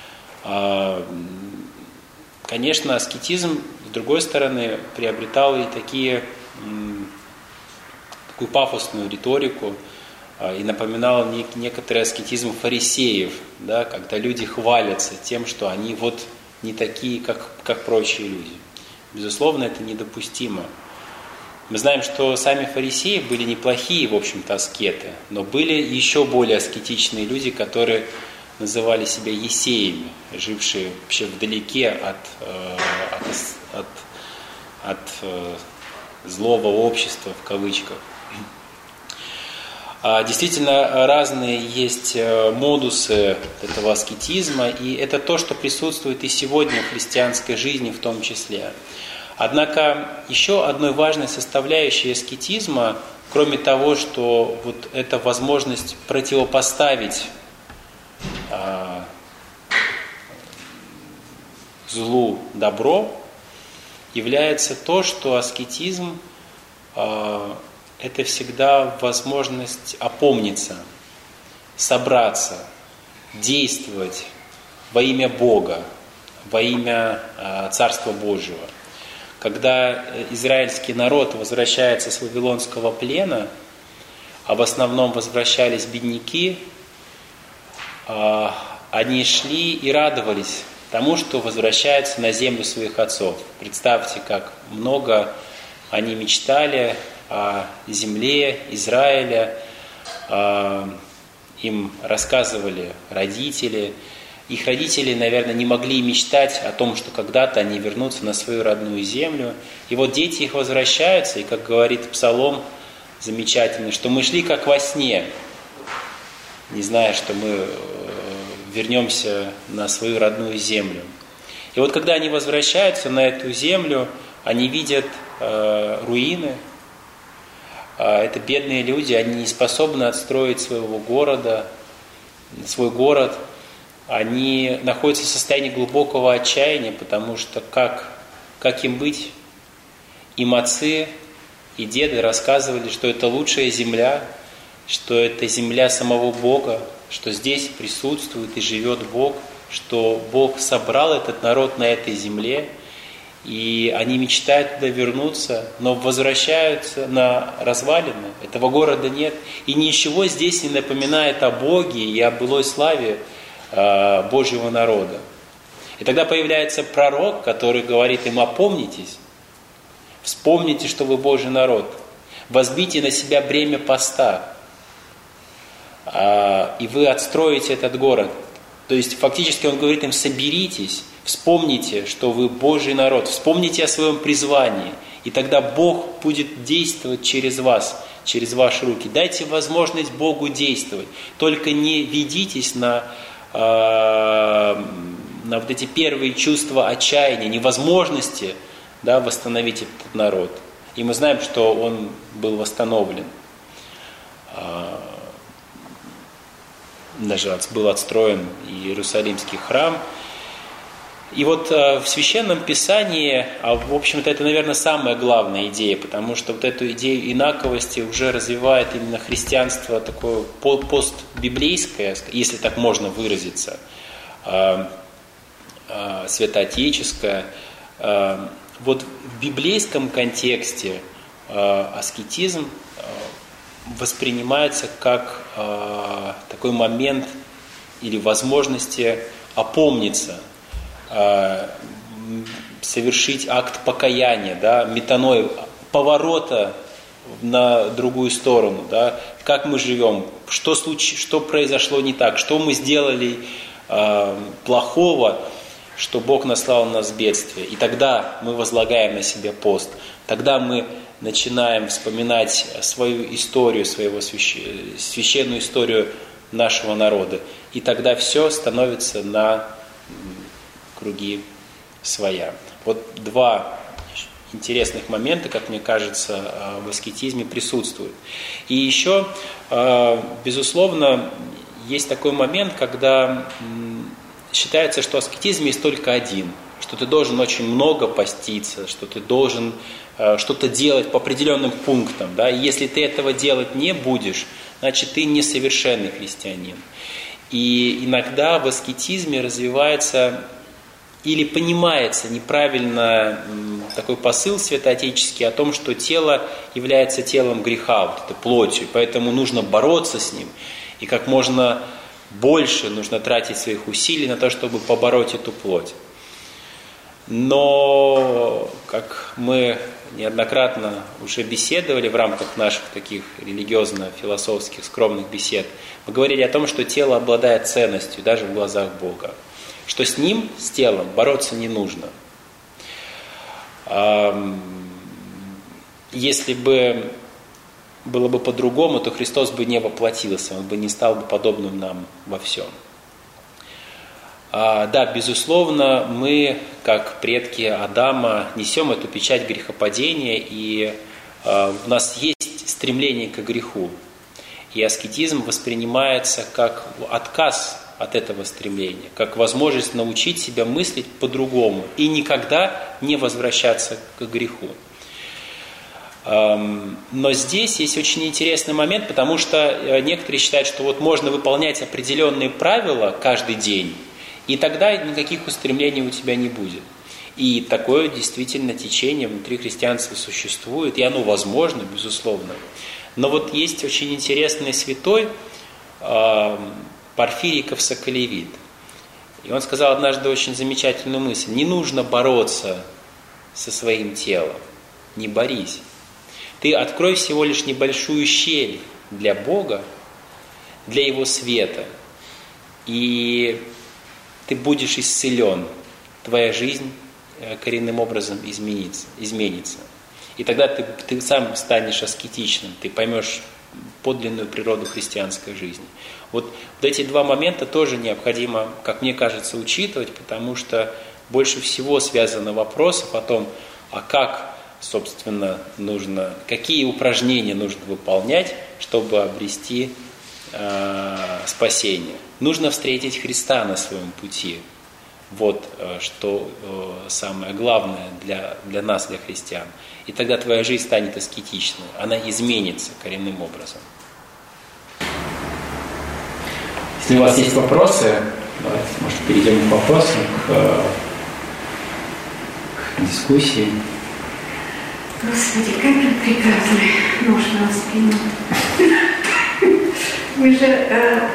Конечно, аскетизм, с другой стороны, приобретал и такую пафосную риторику, и напоминал некоторый аскетизм фарисеев, да, когда люди хвалятся тем, что они вот не такие, как прочие люди. Безусловно, это недопустимо. Мы знаем, что сами фарисеи были неплохие, в общем-то, аскеты, но были еще более аскетичные люди, которые называли себя есеями, жившие вообще вдалеке от злого общества, в кавычках. Действительно, разные есть модусы этого аскетизма, и это то, что присутствует и сегодня в христианской жизни в том числе. Однако еще одной важной составляющей аскетизма, кроме того, что вот эта возможность противопоставить злу добро, является то, что аскетизм это всегда возможность опомниться, собраться, действовать во имя Бога, во имя Царства Божьего. Когда израильский народ возвращается с вавилонского плена, а в основном возвращались бедняки, они шли и радовались тому, что возвращаются на землю своих отцов. Представьте, как много они мечтали о земле Израиля, им рассказывали родители. Их родители, наверное, не могли мечтать о том, что когда-то они вернутся на свою родную землю. И вот дети их возвращаются, и, как говорит Псалом замечательный, что мы шли как во сне, не зная, что мы вернемся на свою родную землю. И вот когда они возвращаются на эту землю, они видят руины. Это бедные люди, они не способны отстроить своего города, свой город. Они находятся в состоянии глубокого отчаяния, потому что как им быть? Им отцы и деды рассказывали, что это лучшая земля, что это земля самого Бога, что здесь присутствует и живет Бог, что Бог собрал этот народ на этой земле, и они мечтают туда вернуться, но возвращаются на развалины. Этого города нет, и ничего здесь не напоминает о Боге и о былой славе Божьего народа. И тогда появляется пророк, который говорит им: опомнитесь, вспомните, что вы Божий народ, возьмите на себя бремя поста, и вы отстроите этот город. То есть фактически он говорит им: соберитесь, вспомните, что вы Божий народ, вспомните о своем призвании, и тогда Бог будет действовать через вас, через ваши руки. Дайте возможность Богу действовать, только не ведитесь на вот эти первые чувства отчаяния, невозможности восстановить этот народ. И мы знаем, что он был восстановлен. Даже был отстроен Иерусалимский храм. И вот в Священном Писании, в общем-то, это, наверное, самая главная идея, потому что вот эту идею инаковости уже развивает именно христианство такое постбиблейское, если так можно выразиться, святоотеческое. Вот в библейском контексте аскетизм воспринимается как такой момент или возможности опомниться, совершить акт покаяния, метаной, поворота на другую сторону, как мы живем, что произошло не так, что мы сделали плохого, что Бог наслал на нас бедствие. И тогда мы возлагаем на себя пост, тогда мы начинаем вспоминать свою историю, священную историю нашего народа. И тогда все становится на круги своя. Вот два интересных момента, как мне кажется, в аскетизме присутствуют. И еще, безусловно, есть такой момент, когда считается, что аскетизм есть только один, что ты должен очень много поститься, что ты должен что-то делать по определенным пунктам. И если ты этого делать не будешь, значит, ты несовершенный христианин. И иногда в аскетизме развивается или понимается неправильно такой посыл святоотеческий о том, что тело является телом греха, вот это плотью, поэтому нужно бороться с ним, и как можно больше нужно тратить своих усилий на то, чтобы побороть эту плоть. Но, как мы неоднократно уже беседовали в рамках наших таких религиозно-философских скромных бесед, мы говорили о том, что тело обладает ценностью даже в глазах Бога, что с ним, с телом, бороться не нужно. Если бы было бы по-другому, то Христос бы не воплотился, Он бы не стал бы подобным нам во всем. Да, безусловно, мы, как предки Адама, несем эту печать грехопадения, и у нас есть стремление к греху. И аскетизм воспринимается как отказ от этого стремления, как возможность научить себя мыслить по-другому и никогда не возвращаться к греху. Но здесь есть очень интересный момент, потому что некоторые считают, что вот можно выполнять определенные правила каждый день, и тогда никаких устремлений у тебя не будет. И такое действительно течение внутри христианства существует, и оно возможно, безусловно. Но вот есть очень интересный святой Порфирий Ковсоколевит. И он сказал однажды очень замечательную мысль. Не нужно бороться со своим телом. Не борись. Ты открой всего лишь небольшую щель для Бога, для Его света. И ты будешь исцелен. Твоя жизнь коренным образом изменится. И тогда ты сам станешь аскетичным, ты поймешь подлинную природу христианской жизни. Вот эти два момента тоже необходимо, как мне кажется, учитывать, потому что больше всего связано вопросов о том, а как, собственно, какие упражнения нужно выполнять, чтобы обрести спасение. Нужно встретить Христа на своем пути. Вот что самое главное для нас, для христиан. И тогда твоя жизнь станет аскетичной, она изменится коренным образом. Если у вас есть вопросы, давайте, может, перейдем к вопросам, к дискуссии. Господи, как же прекрасно нож на спину. Вы же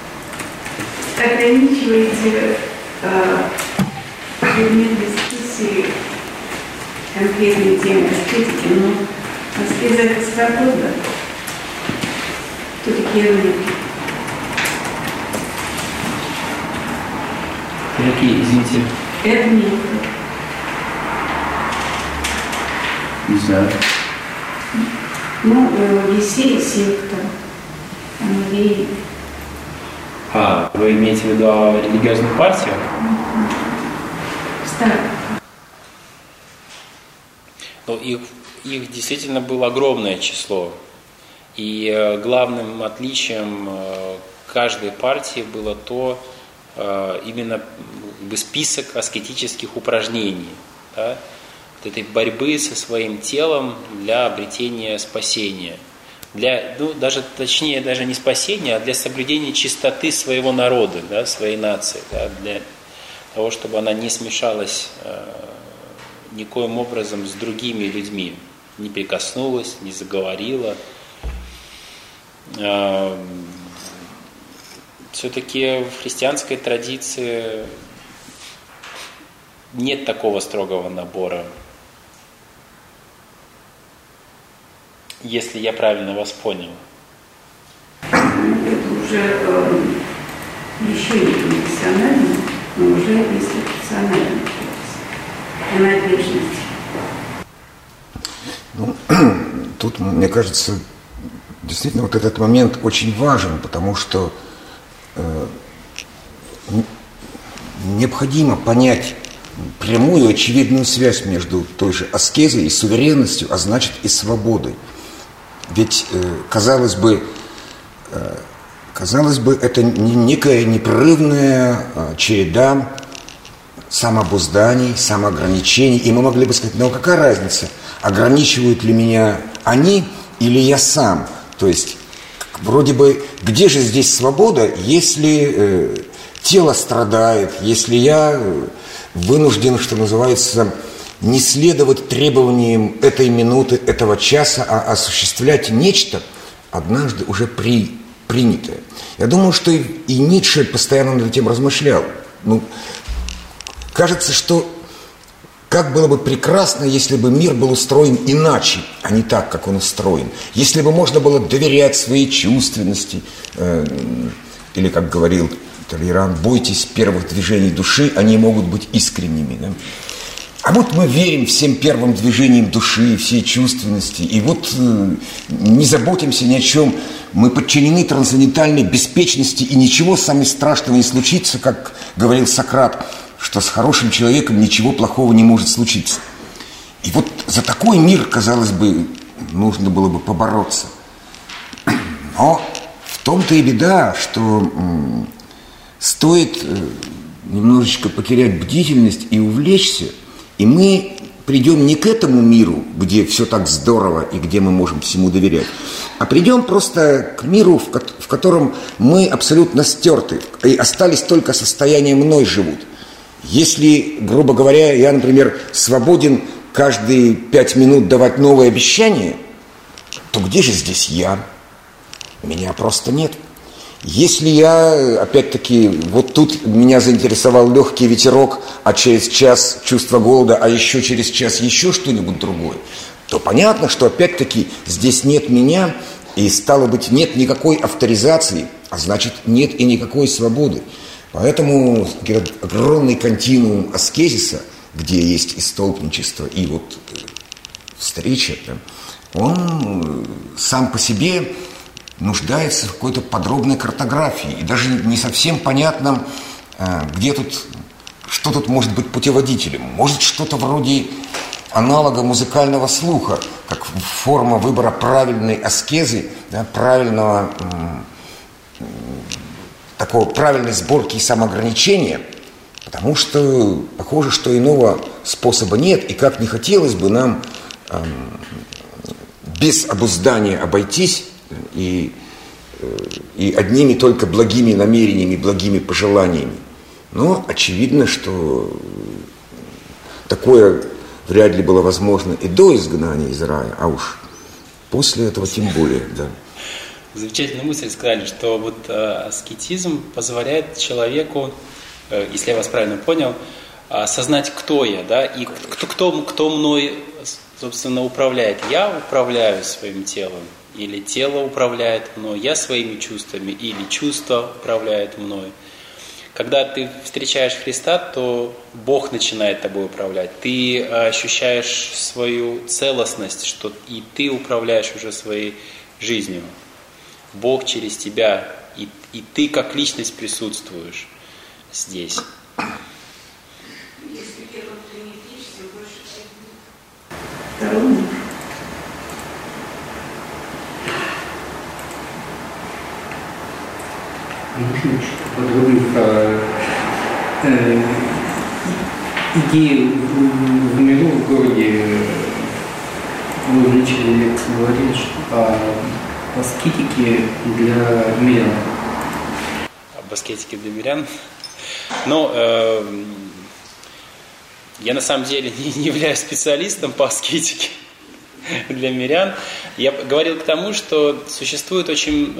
ограничиваете предмет дискуссии конкретной темы аскетики, но аскеза – это свобода. Кто такие люди? Какие, извините? Это не кто. Не знаю. Есть секта, Амалии. Вы имеете в виду религиозную партию? Старая. Их действительно было огромное число. И главным отличием каждой партии было именно список аскетических упражнений. Да? Вот этой борьбы со своим телом для обретения спасения. Даже не спасения, а для соблюдения чистоты своего народа, да, своей нации, да, для того, чтобы она не смешалась никоим образом с другими людьми, не прикоснулась, не заговорила. Все-таки в христианской традиции нет такого строгого набора. Если я правильно вас понял. Это уже еще не конфессионально, но уже институционально. Принадлежность. Тут, мне кажется, действительно вот этот момент очень важен, потому что необходимо понять прямую, очевидную связь между той же аскезой и суверенностью, а значит и свободой. Ведь, казалось бы, это некая непрерывная череда самообузданий, самоограничений. И мы могли бы сказать, какая разница, ограничивают ли меня они или я сам? То есть, вроде бы, где же здесь свобода, если тело страдает, если я вынужден, что называется, не следовать требованиям этой минуты, этого часа, а осуществлять нечто, однажды уже принятое. Я думаю, что и Ницше постоянно над этим размышлял. Кажется, что как было бы прекрасно, если бы мир был устроен иначе, а не так, как он устроен. Если бы можно было доверять своей чувственности, или, как говорил Толеран, бойтесь первых движений души, они могут быть искренними. Да? А вот мы верим всем первым движениям души, всей чувственности, и вот не заботимся ни о чем. Мы подчинены трансцендентальной беспечности, и ничего самого страшного не случится, как говорил Сократ, что с хорошим человеком ничего плохого не может случиться. И вот за такой мир, казалось бы, нужно было бы побороться. Но в том-то и беда, что стоит немножечко потерять бдительность и увлечься, и мы придем не к этому миру, где все так здорово и где мы можем всему доверять, а придем просто к миру, в котором мы абсолютно стерты, и остались только состояния «мной» живут. Если, грубо говоря, я, например, свободен каждые 5 минут давать новые обещания, то где же здесь я? Меня просто нет. Если я, опять-таки, вот тут меня заинтересовал легкий ветерок, а через час чувство голода, а еще через час еще что-нибудь другое, то понятно, что опять-таки здесь нет меня, и стало быть, нет никакой авторизации, а значит, нет и никакой свободы. Поэтому огромный континуум аскезиса, где есть и столпничество, и вот встреча, он сам по себе нуждается в какой-то подробной картографии. И даже не совсем понятно, что тут может быть путеводителем. Может, что-то вроде аналога музыкального слуха, как форма выбора правильной аскезы, правильной сборки и самоограничения, потому что похоже, что иного способа нет, и как не хотелось бы нам без обуздания обойтись и одними только благими намерениями, благими пожеланиями. Но очевидно, что такое вряд ли было возможно и до изгнания из рая, а уж после этого тем более, да. Замечательную мысль сказали, что вот аскетизм позволяет человеку, если я вас правильно понял, осознать, кто я, да, и кто мной, собственно, управляет. Я управляю своим телом, или тело управляет мной, я своими чувствами, или чувство управляет мной. Когда ты встречаешь Христа, то Бог начинает тобой управлять. Ты ощущаешь свою целостность, что и ты управляешь уже своей жизнью. Бог через тебя, и ты как личность присутствуешь здесь. Если первым ты не видишься, больше второму. Можно чуть подробнее про идеи в миру, в городе. Вы в начале лекции говорили, что о аскетике для мирян. Об аскетике для мирян? Ну, я на самом деле не являюсь специалистом по аскетике для мирян. Я говорил к тому, что существует очень...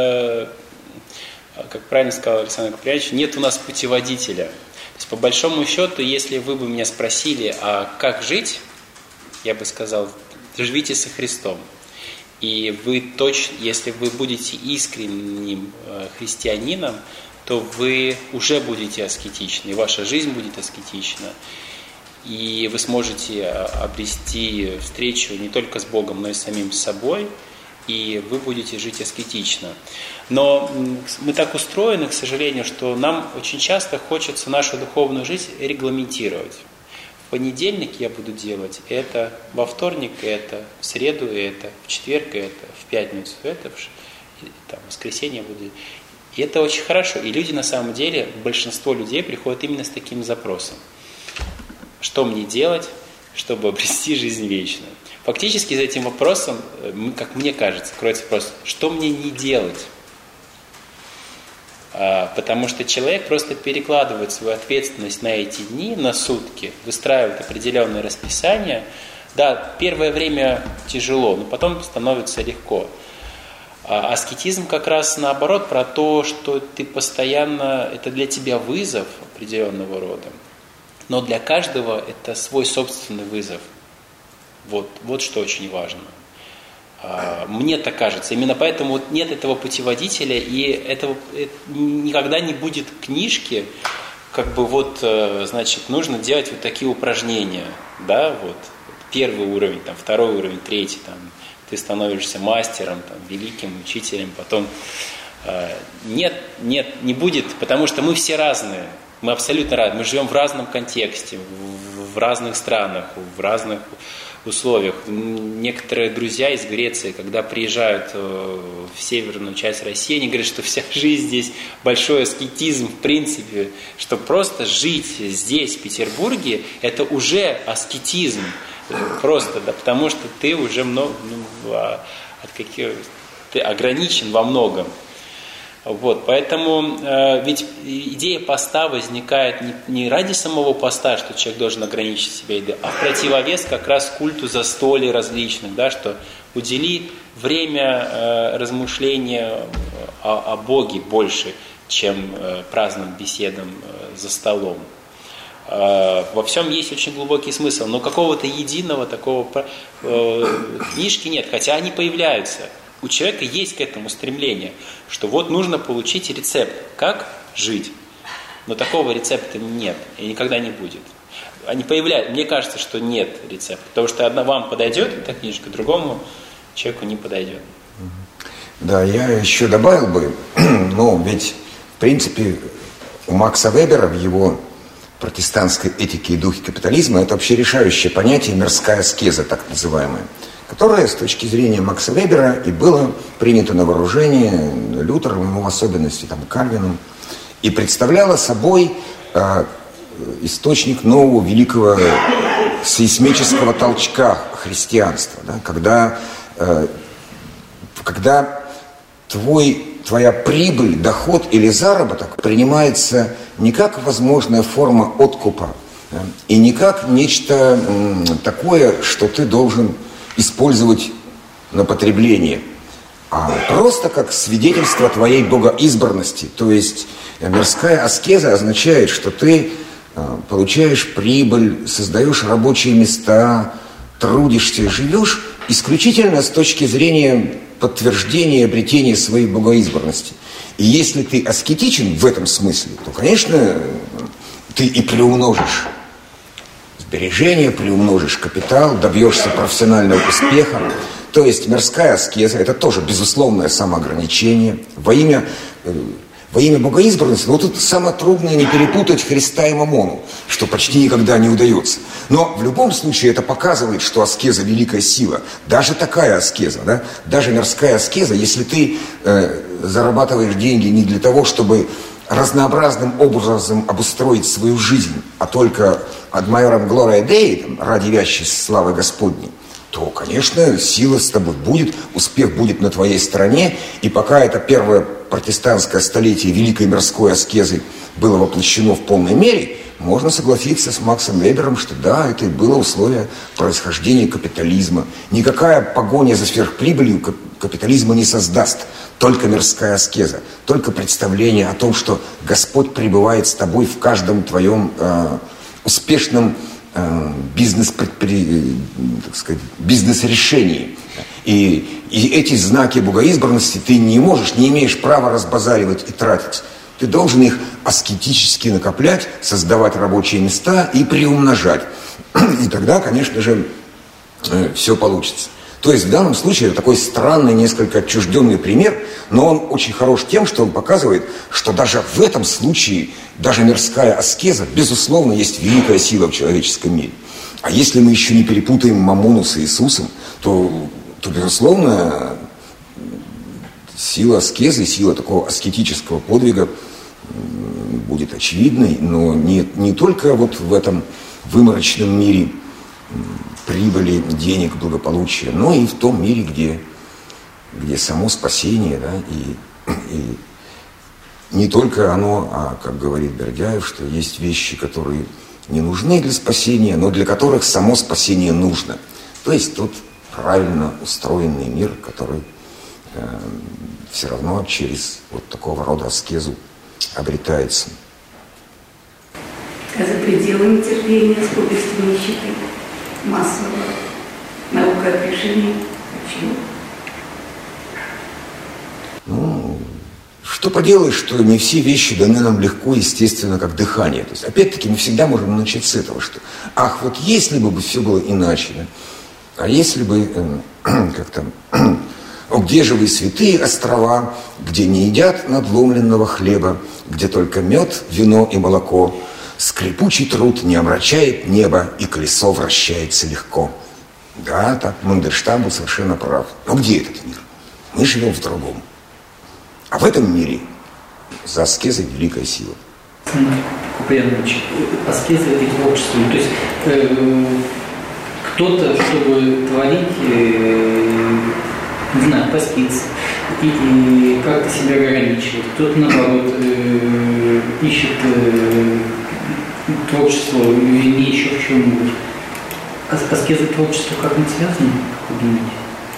как правильно сказал Александр Куприянович, нет у нас путеводителя. То есть, по большому счету, если вы бы меня спросили, а как жить, я бы сказал, живите со Христом. И вы точно, если вы будете искренним христианином, то вы уже будете аскетичны, и ваша жизнь будет аскетична. И вы сможете обрести встречу не только с Богом, но и с самим собой, и вы будете жить аскетично. Но мы так устроены, к сожалению, что нам очень часто хочется нашу духовную жизнь регламентировать. В понедельник я буду делать это, во вторник это, в среду это, в четверг это, в пятницу это, в воскресенье буду делать. И это очень хорошо. И люди на самом деле, большинство людей приходят именно с таким запросом. Что мне делать, чтобы обрести жизнь вечную? Фактически за этим вопросом, как мне кажется, кроется вопрос, что мне не делать? Потому что человек просто перекладывает свою ответственность на эти дни, на сутки, выстраивает определенное расписание. Да, первое время тяжело, но потом становится легко. А аскетизм как раз наоборот про то, что ты постоянно, это для тебя вызов определенного рода, но для каждого это свой собственный вызов. Вот что очень важно. Мне так кажется. Именно поэтому нет этого путеводителя, и этого никогда не будет книжки, как бы вот, значит, нужно делать вот такие упражнения, да, вот первый уровень, там, второй уровень, третий, там, ты становишься мастером, там, великим учителем, потом нет, не будет, потому что мы все разные, мы абсолютно разные, мы живем в разном контексте, в разных странах, в разных условиях. Некоторые друзья из Греции, когда приезжают в северную часть России, они говорят, что вся жизнь здесь большой аскетизм в принципе, что просто жить здесь, в Петербурге, это уже аскетизм просто, да, потому что ты уже ты ограничен во многом. Вот, поэтому ведь идея поста возникает не ради самого поста, что человек должен ограничить себя едой, а в противовес как раз культу застолий различных, да, что удели время размышления о Боге больше, чем праздным беседам за столом. Во всем есть очень глубокий смысл, но какого-то единого такого книжки нет, хотя они появляются. У человека есть к этому стремление, что вот нужно получить рецепт, как жить. Но такого рецепта нет и никогда не будет. Они появляются, мне кажется, что нет рецепта, потому что вам подойдет эта книжка, другому человеку не подойдет. Да, я еще добавил бы, ведь в принципе у Макса Вебера в его протестантской этике и духе капитализма это вообще решающее понятие мирская аскеза, так называемая, которое с точки зрения Макса Вебера и было принято на вооружение Лютером, в особенности Кальвином, и представляло собой источник нового великого сейсмического толчка христианства, да, когда твоя прибыль, доход или заработок принимается не как возможная форма откупа, да, и не как нечто такое, что ты должен использовать на потребление, а просто как свидетельство твоей богоизбранности. То есть мирская аскеза означает, что ты получаешь прибыль, создаешь рабочие места, трудишься, живешь исключительно с точки зрения подтверждения и обретения своей богоизбранности. И если ты аскетичен в этом смысле, то, конечно, ты и приумножишь сбережения, приумножишь капитал, добьешься профессионального успеха. То есть мирская аскеза – это тоже безусловное самоограничение во имя богоизбранности. Но тут самое трудное не перепутать Христа и Мамону, что почти никогда не удается. Но в любом случае это показывает, что аскеза – великая сила. Даже такая аскеза, да? Даже мирская аскеза, если ты зарабатываешь деньги не для того, чтобы разнообразным образом обустроить свою жизнь, а только ad maiorem gloria Dei, ради вящей славы Господней, то, конечно, сила с тобой будет, успех будет на твоей стороне. И пока это первое протестантское столетие великой мирской аскезы было воплощено в полной мере, можно согласиться с Максом Вебером, что да, это и было условие происхождения капитализма. Никакая погоня за сверхприбылью капитализма не создаст. Только мирская аскеза, только представление о том, что Господь пребывает с тобой в каждом твоем успешном бизнес-решении. И эти знаки богоизбранности ты не имеешь права разбазаривать и тратить. Ты должен их аскетически накоплять, создавать рабочие места и приумножать. И тогда, конечно же, все получится. То есть в данном случае это такой странный, несколько отчужденный пример, но он очень хорош тем, что он показывает, что даже в этом случае, даже мирская аскеза, безусловно, есть великая сила в человеческом мире. А если мы еще не перепутаем Мамону с Иисусом, то безусловно, сила аскезы, сила такого аскетического подвига будет очевидной, но не только вот в этом выморочном мире прибыли, денег, благополучия, но и в том мире, где само спасение, да, и не только оно, а, как говорит Бердяев, что есть вещи, которые не нужны для спасения, но для которых само спасение нужно. То есть тут правильно устроенный мир, который все равно через вот такого рода аскезу обретается. А за пределами терпения, скупости, нищеты, массового наука от решения, почему? Что поделаешь, что не все вещи даны нам легко, естественно, как дыхание. То есть, опять-таки, мы всегда можем начать с этого, что, ах, вот если бы все было иначе, да? А если бы, как-то, где же вы, святые острова, где не едят надломленного хлеба, где только мед, вино и молоко, скрипучий труд не омрачает небо, и колесо вращается легко. Да, так Мандельштам был совершенно прав. Но где этот мир? Мы живем в другом. А в этом мире за аскезой великая сила. Куприянович, аскеза и творчество. То есть кто-то, чтобы творить, не знаю, поститься и как-то себя ограничивать. Кто-то, наоборот, ищет творчество не еще в чем-нибудь. Аскеза и творчество как-нибудь связаны, как вы думаете?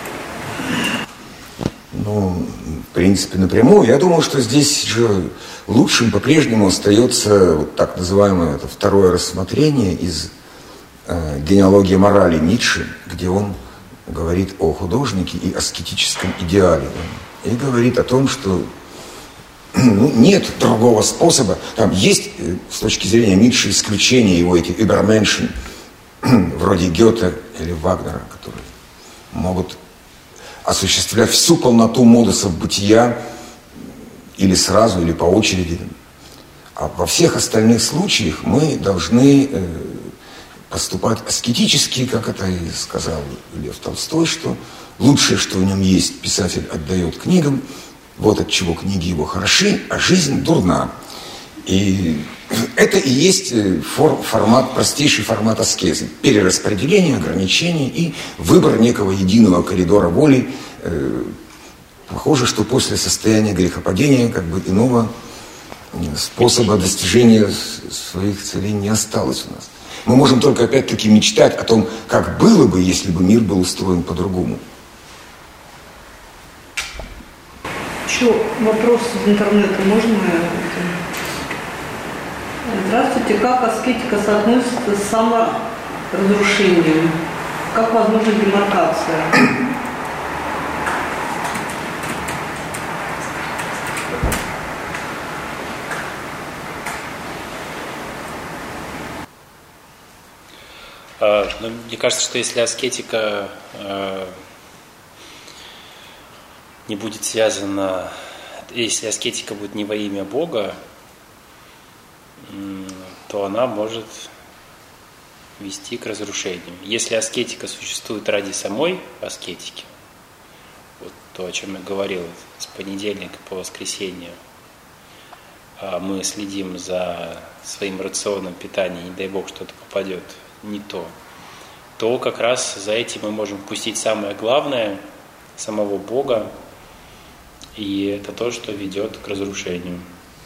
Ну, в принципе, напрямую. Я думаю, что здесь же лучшим по-прежнему остается вот так называемое это второе рассмотрение из генеалогии морали Ницше, где он говорит о художнике и аскетическом идеале. И говорит о том, что нет другого способа. Там есть, с точки зрения Ницше, исключения его, эти Übermenschen, вроде Гёте или Вагнера, которые могут осуществлять всю полноту модусов бытия или сразу, или по очереди. А во всех остальных случаях мы должны поступать аскетически, как это и сказал Лев Толстой, что лучшее, что в нем есть, писатель отдает книгам, вот от чего книги его хороши, а жизнь дурна. И это и есть формат, простейший формат аскезы. Перераспределение, ограничение и выбор некого единого коридора воли. Похоже, что после состояния грехопадения как бы иного способа достижения своих целей не осталось у нас. Мы можем только опять-таки мечтать о том, как было бы, если бы мир был устроен по-другому. Еще вопрос из интернета можно? Здравствуйте, как аскетика соотносится с саморазрушением? Как возможна демаркация? Мне кажется, что если аскетика не будет связана, если аскетика будет не во имя Бога, то она может вести к разрушению. Если аскетика существует ради самой аскетики, вот то, о чем я говорил, с понедельника по воскресенье, мы следим за своим рационом питания, не дай Бог что-то попадет не то как раз за этим мы можем пустить самое главное, самого Бога, и это то, что ведет к разрушению.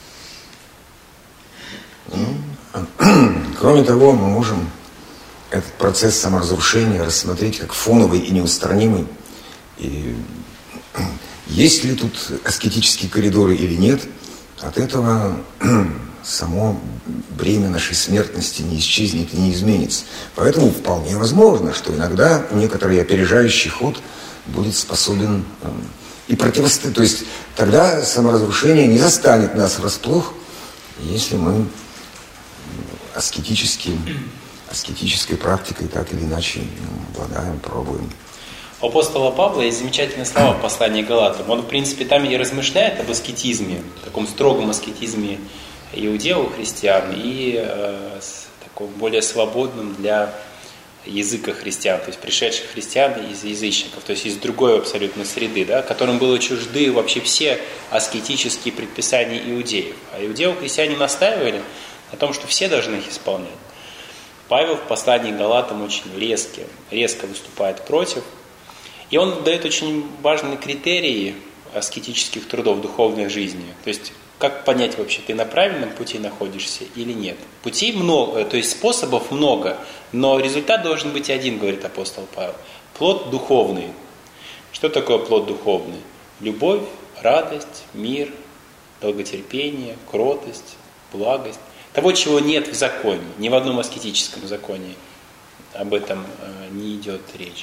Кроме того, мы можем этот процесс саморазрушения рассмотреть как фоновый и неустранимый. И есть ли тут аскетические коридоры или нет, от этого само бремя нашей смертности не исчезнет и не изменится. Поэтому вполне возможно, что иногда некоторый опережающий ход будет способен и противостоять. То есть тогда саморазрушение не застанет нас врасплох, если мы аскетической практикой так или иначе обладаем, пробуем. У апостола Павла есть замечательные слова в послании к Галатам. Он, в принципе, там и размышляет об аскетизме, таком строгом аскетизме иудео-христиан и таком более свободном для языка христиан, то есть пришедших христиан из язычников, то есть из другой абсолютно среды, да, которым было чужды вообще все аскетические предписания иудеев. А иудео-христиане настаивали на том, что все должны их исполнять. Павел в послании к Галатам очень резко выступает против. И он дает очень важные критерии аскетических трудов духовной жизни. То есть, как понять вообще, ты на правильном пути находишься или нет. Путей много, то есть способов много, но результат должен быть один, говорит апостол Павел. Плод духовный. Что такое плод духовный? Любовь, радость, мир, долготерпение, кротость, благость. Того, чего нет в законе, ни в одном аскетическом законе об этом не идет речь.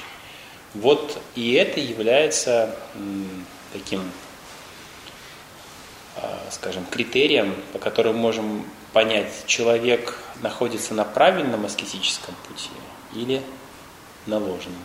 Вот и это является таким скажем, критериям, по которым можем понять, человек находится на правильном аскетическом пути или на ложном.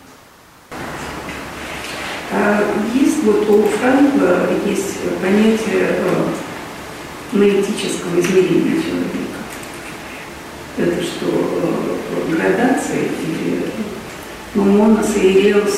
Есть вот у Франкла есть понятие ноэтического измерения человека. Это что, градация или монос и реус?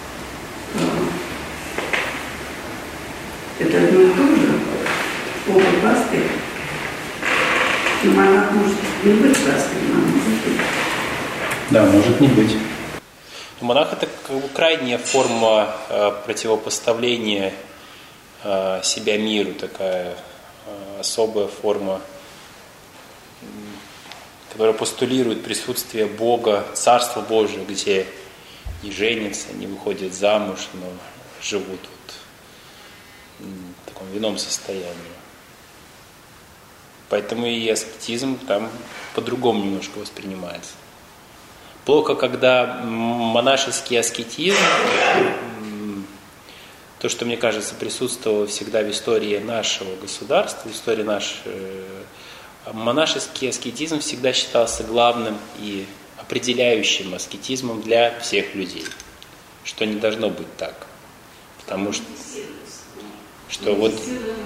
Это одно и то же? Оба пастыря? Но монах может не быть пастырем, а может быть. Да, может не быть. Монах – это крайняя форма противопоставления себя миру, такая особая форма, которая постулирует присутствие Бога, Царство Божие, где не женятся, не выходят замуж, но живут в таком ином состоянии. Поэтому и аскетизм там по-другому немножко воспринимается. Плохо, когда монашеский аскетизм, то, что, мне кажется, присутствовало всегда в истории нашего государства, в истории монашеский аскетизм всегда считался главным и определяющим аскетизмом для всех людей, что не должно быть так, потому что вот...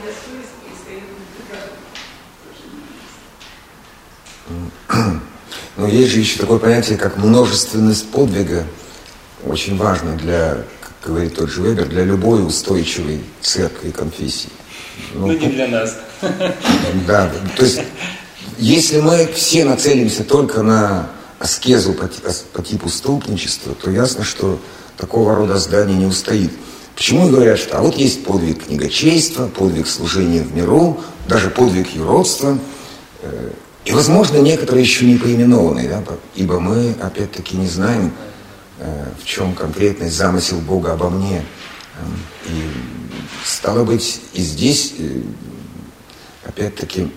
Но есть же еще такое понятие, как множественность подвига, очень важно для, как говорит тот же Вебер, для любой устойчивой церкви и конфессии. Ну, не для нас. Да, то есть, если мы все нацелимся только на аскезу по типу столпничества, то ясно, что такого рода здание не устоит. Почему говорят, что вот есть подвиг книгочейства, подвиг служения в миру, даже подвиг юродства, и, возможно, некоторые еще не поименованные, да, ибо мы, опять-таки, не знаем, в чем конкретный замысел Бога обо мне. И стало быть, и здесь, опять-таки,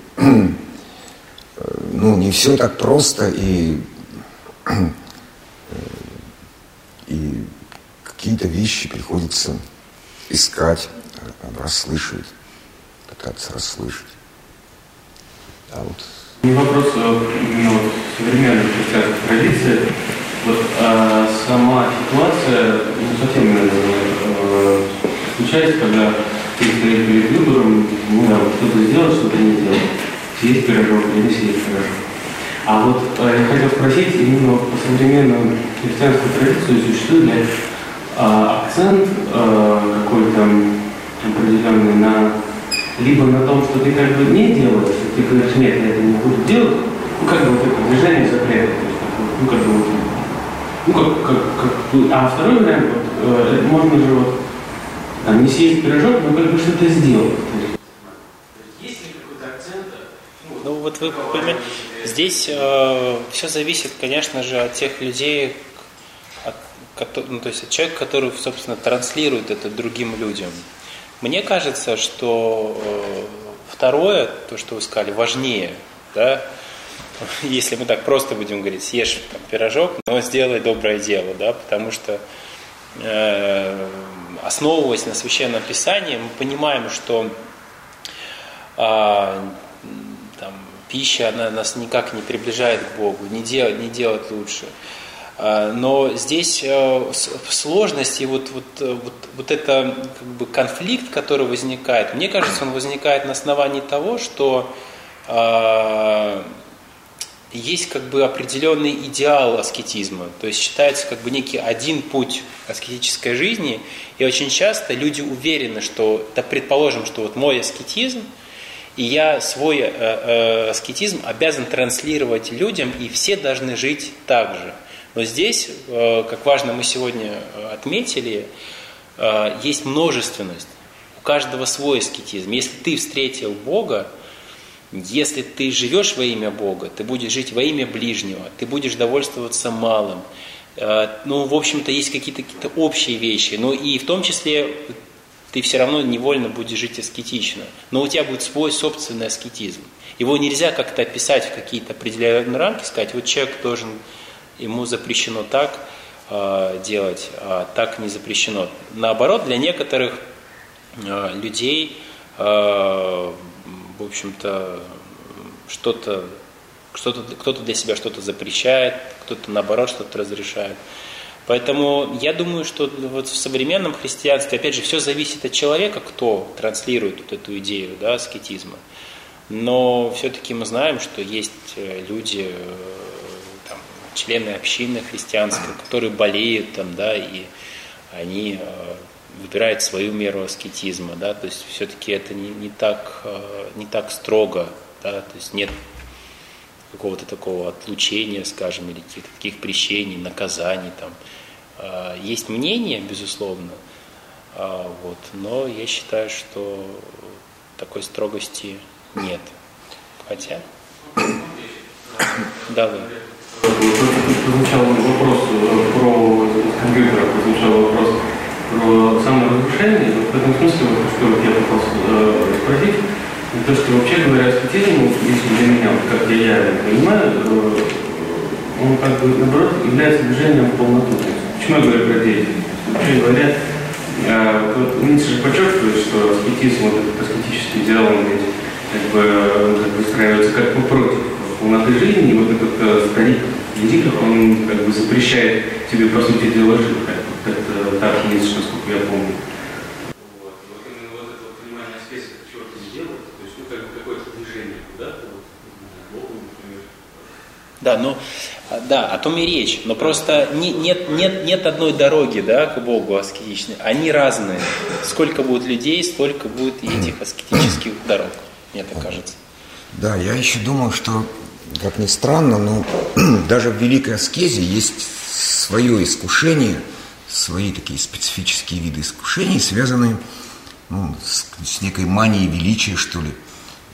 не все так просто, и какие-то вещи приходится искать, расслышать, пытаться расслышать. А вот... Не вопрос в современной христианской традиции. Вот сама ситуация совсем случается, когда ты стоишь перед выбором, что-то сделать, что-то не сделать. Съесть пирожок или не съесть пирожок. А вот я хотел спросить, именно по современной христианской традиции существует ли акцент какой-то определенный на либо на том, что ты как бы не делаешь, ты говоришь, нет, я это не буду делать, как бы вот это движение запрета, а второй вариант, можно же не съесть пирожок, но как бы что-то сделать. Есть ли какой-то акцент? Ну вот вы понимаете, здесь все зависит, конечно же, от тех людей, то есть от человека, который, собственно, транслирует это другим людям. Мне кажется, что второе, то, что вы сказали, важнее, да, если мы так просто будем говорить, съешь пирожок, но сделай доброе дело, да, потому что, основываясь на Священном Писании, мы понимаем, что пища, она нас никак не приближает к Богу, не делать лучше. Но здесь сложность и вот это как бы конфликт, который возникает, мне кажется, он возникает на основании того, что есть как бы определенный идеал аскетизма, то есть считается как бы некий один путь аскетической жизни, и очень часто люди уверены, что, да, предположим, что вот мой аскетизм, и я свой аскетизм обязан транслировать людям, и все должны жить так же. Но здесь, как важно мы сегодня отметили, есть множественность. У каждого свой аскетизм. Если ты встретил Бога, если ты живешь во имя Бога, ты будешь жить во имя ближнего, ты будешь довольствоваться малым. В общем-то, есть какие-то общие вещи. Но и в том числе ты все равно невольно будешь жить аскетично. Но у тебя будет свой собственный аскетизм. Его нельзя как-то описать в какие-то определенные рамки, сказать, вот человек должен... Ему запрещено так делать, а так не запрещено. Наоборот, для некоторых людей в общем-то, кто-то для себя что-то запрещает, кто-то наоборот что-то разрешает. Поэтому я думаю, что вот в современном христианстве, опять же, все зависит от человека, кто транслирует вот эту идею, да, аскетизма. Но все-таки мы знаем, что есть люди, там, члены общины христианской, которые болеют, там, да, и они выбирают свою меру аскетизма, да, то есть все-таки это не так строго, да, то есть нет какого-то такого отлучения, скажем, или каких-то таких прещений, наказаний там. Есть мнение, безусловно, вот, но я считаю, что такой строгости нет. Хотя... Да. Прозвучал вопрос про компьютер, прозвучал вопрос про саморазрушение. В этом смысле, что я пытался спросить, то, что вообще говоря, аскетизм, если для меня, как я понимаю, он как бы, наоборот, является движением в полноту. Почему я говорю про деятельность? Вообще говоря, Ницше же подчеркивает, что аскетизм, вот этот аскетический идеал, он ведь как бы выстраивается как бы против полноты жизни, и вот этот старик Езиков, он как бы запрещает тебе, по сути дела, жить, как это так есть, насколько я помню. Вот именно вот это понимание аскеза, чего ты сделал, то есть, как бы какое-то движение куда-то, Богу, например. Да, ну, да, о том и речь, но просто нет одной дороги, да, к Богу аскетичной, они разные. Сколько будет людей, столько будет и этих аскетических дорог, мне так кажется. Да, я еще думаю, что, как ни странно, но даже в великой аскезе есть свое искушение, свои такие специфические виды искушений, связанные с некой манией величия, что ли.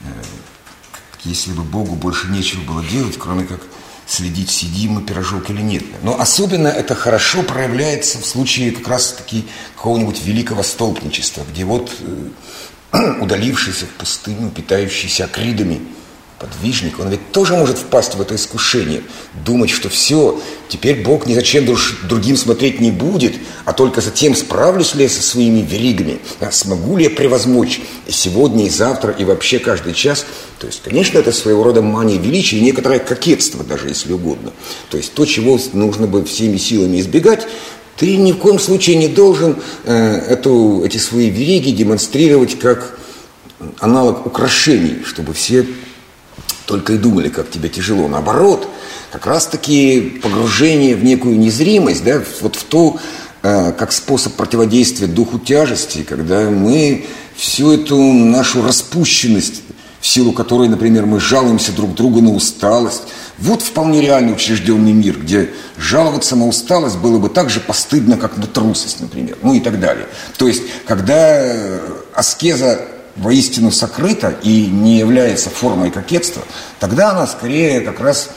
Если бы Богу больше нечего было делать, кроме как следить, съедим мы пирожок или нет. Но особенно это хорошо проявляется в случае как раз-таки какого-нибудь великого столпничества, где вот удалившийся в пустыню, питающийся акридами подвижник, он ведь тоже может впасть в это искушение, думать, что все, теперь Бог ни зачем другим смотреть не будет, а только за тем, справлюсь ли я со своими веригами, смогу ли я превозмочь и сегодня, и завтра, и вообще каждый час. То есть, конечно, это своего рода мания величия и некоторое кокетство, даже если угодно. То есть то, чего нужно бы всеми силами избегать, ты ни в коем случае не должен эти свои вериги демонстрировать как аналог украшений, чтобы все только и думали, как тебе тяжело. Наоборот, как раз-таки погружение в некую незримость, да, вот в то, как способ противодействия духу тяжести, когда мы всю эту нашу распущенность, в силу которой, например, мы жалуемся друг другу на усталость, вот вполне реальный учрежденный мир, где жаловаться на усталость было бы так же постыдно, как на трусость, например, ну и так далее. То есть, когда аскеза воистину сокрыта и не является формой кокетства, тогда она скорее как раз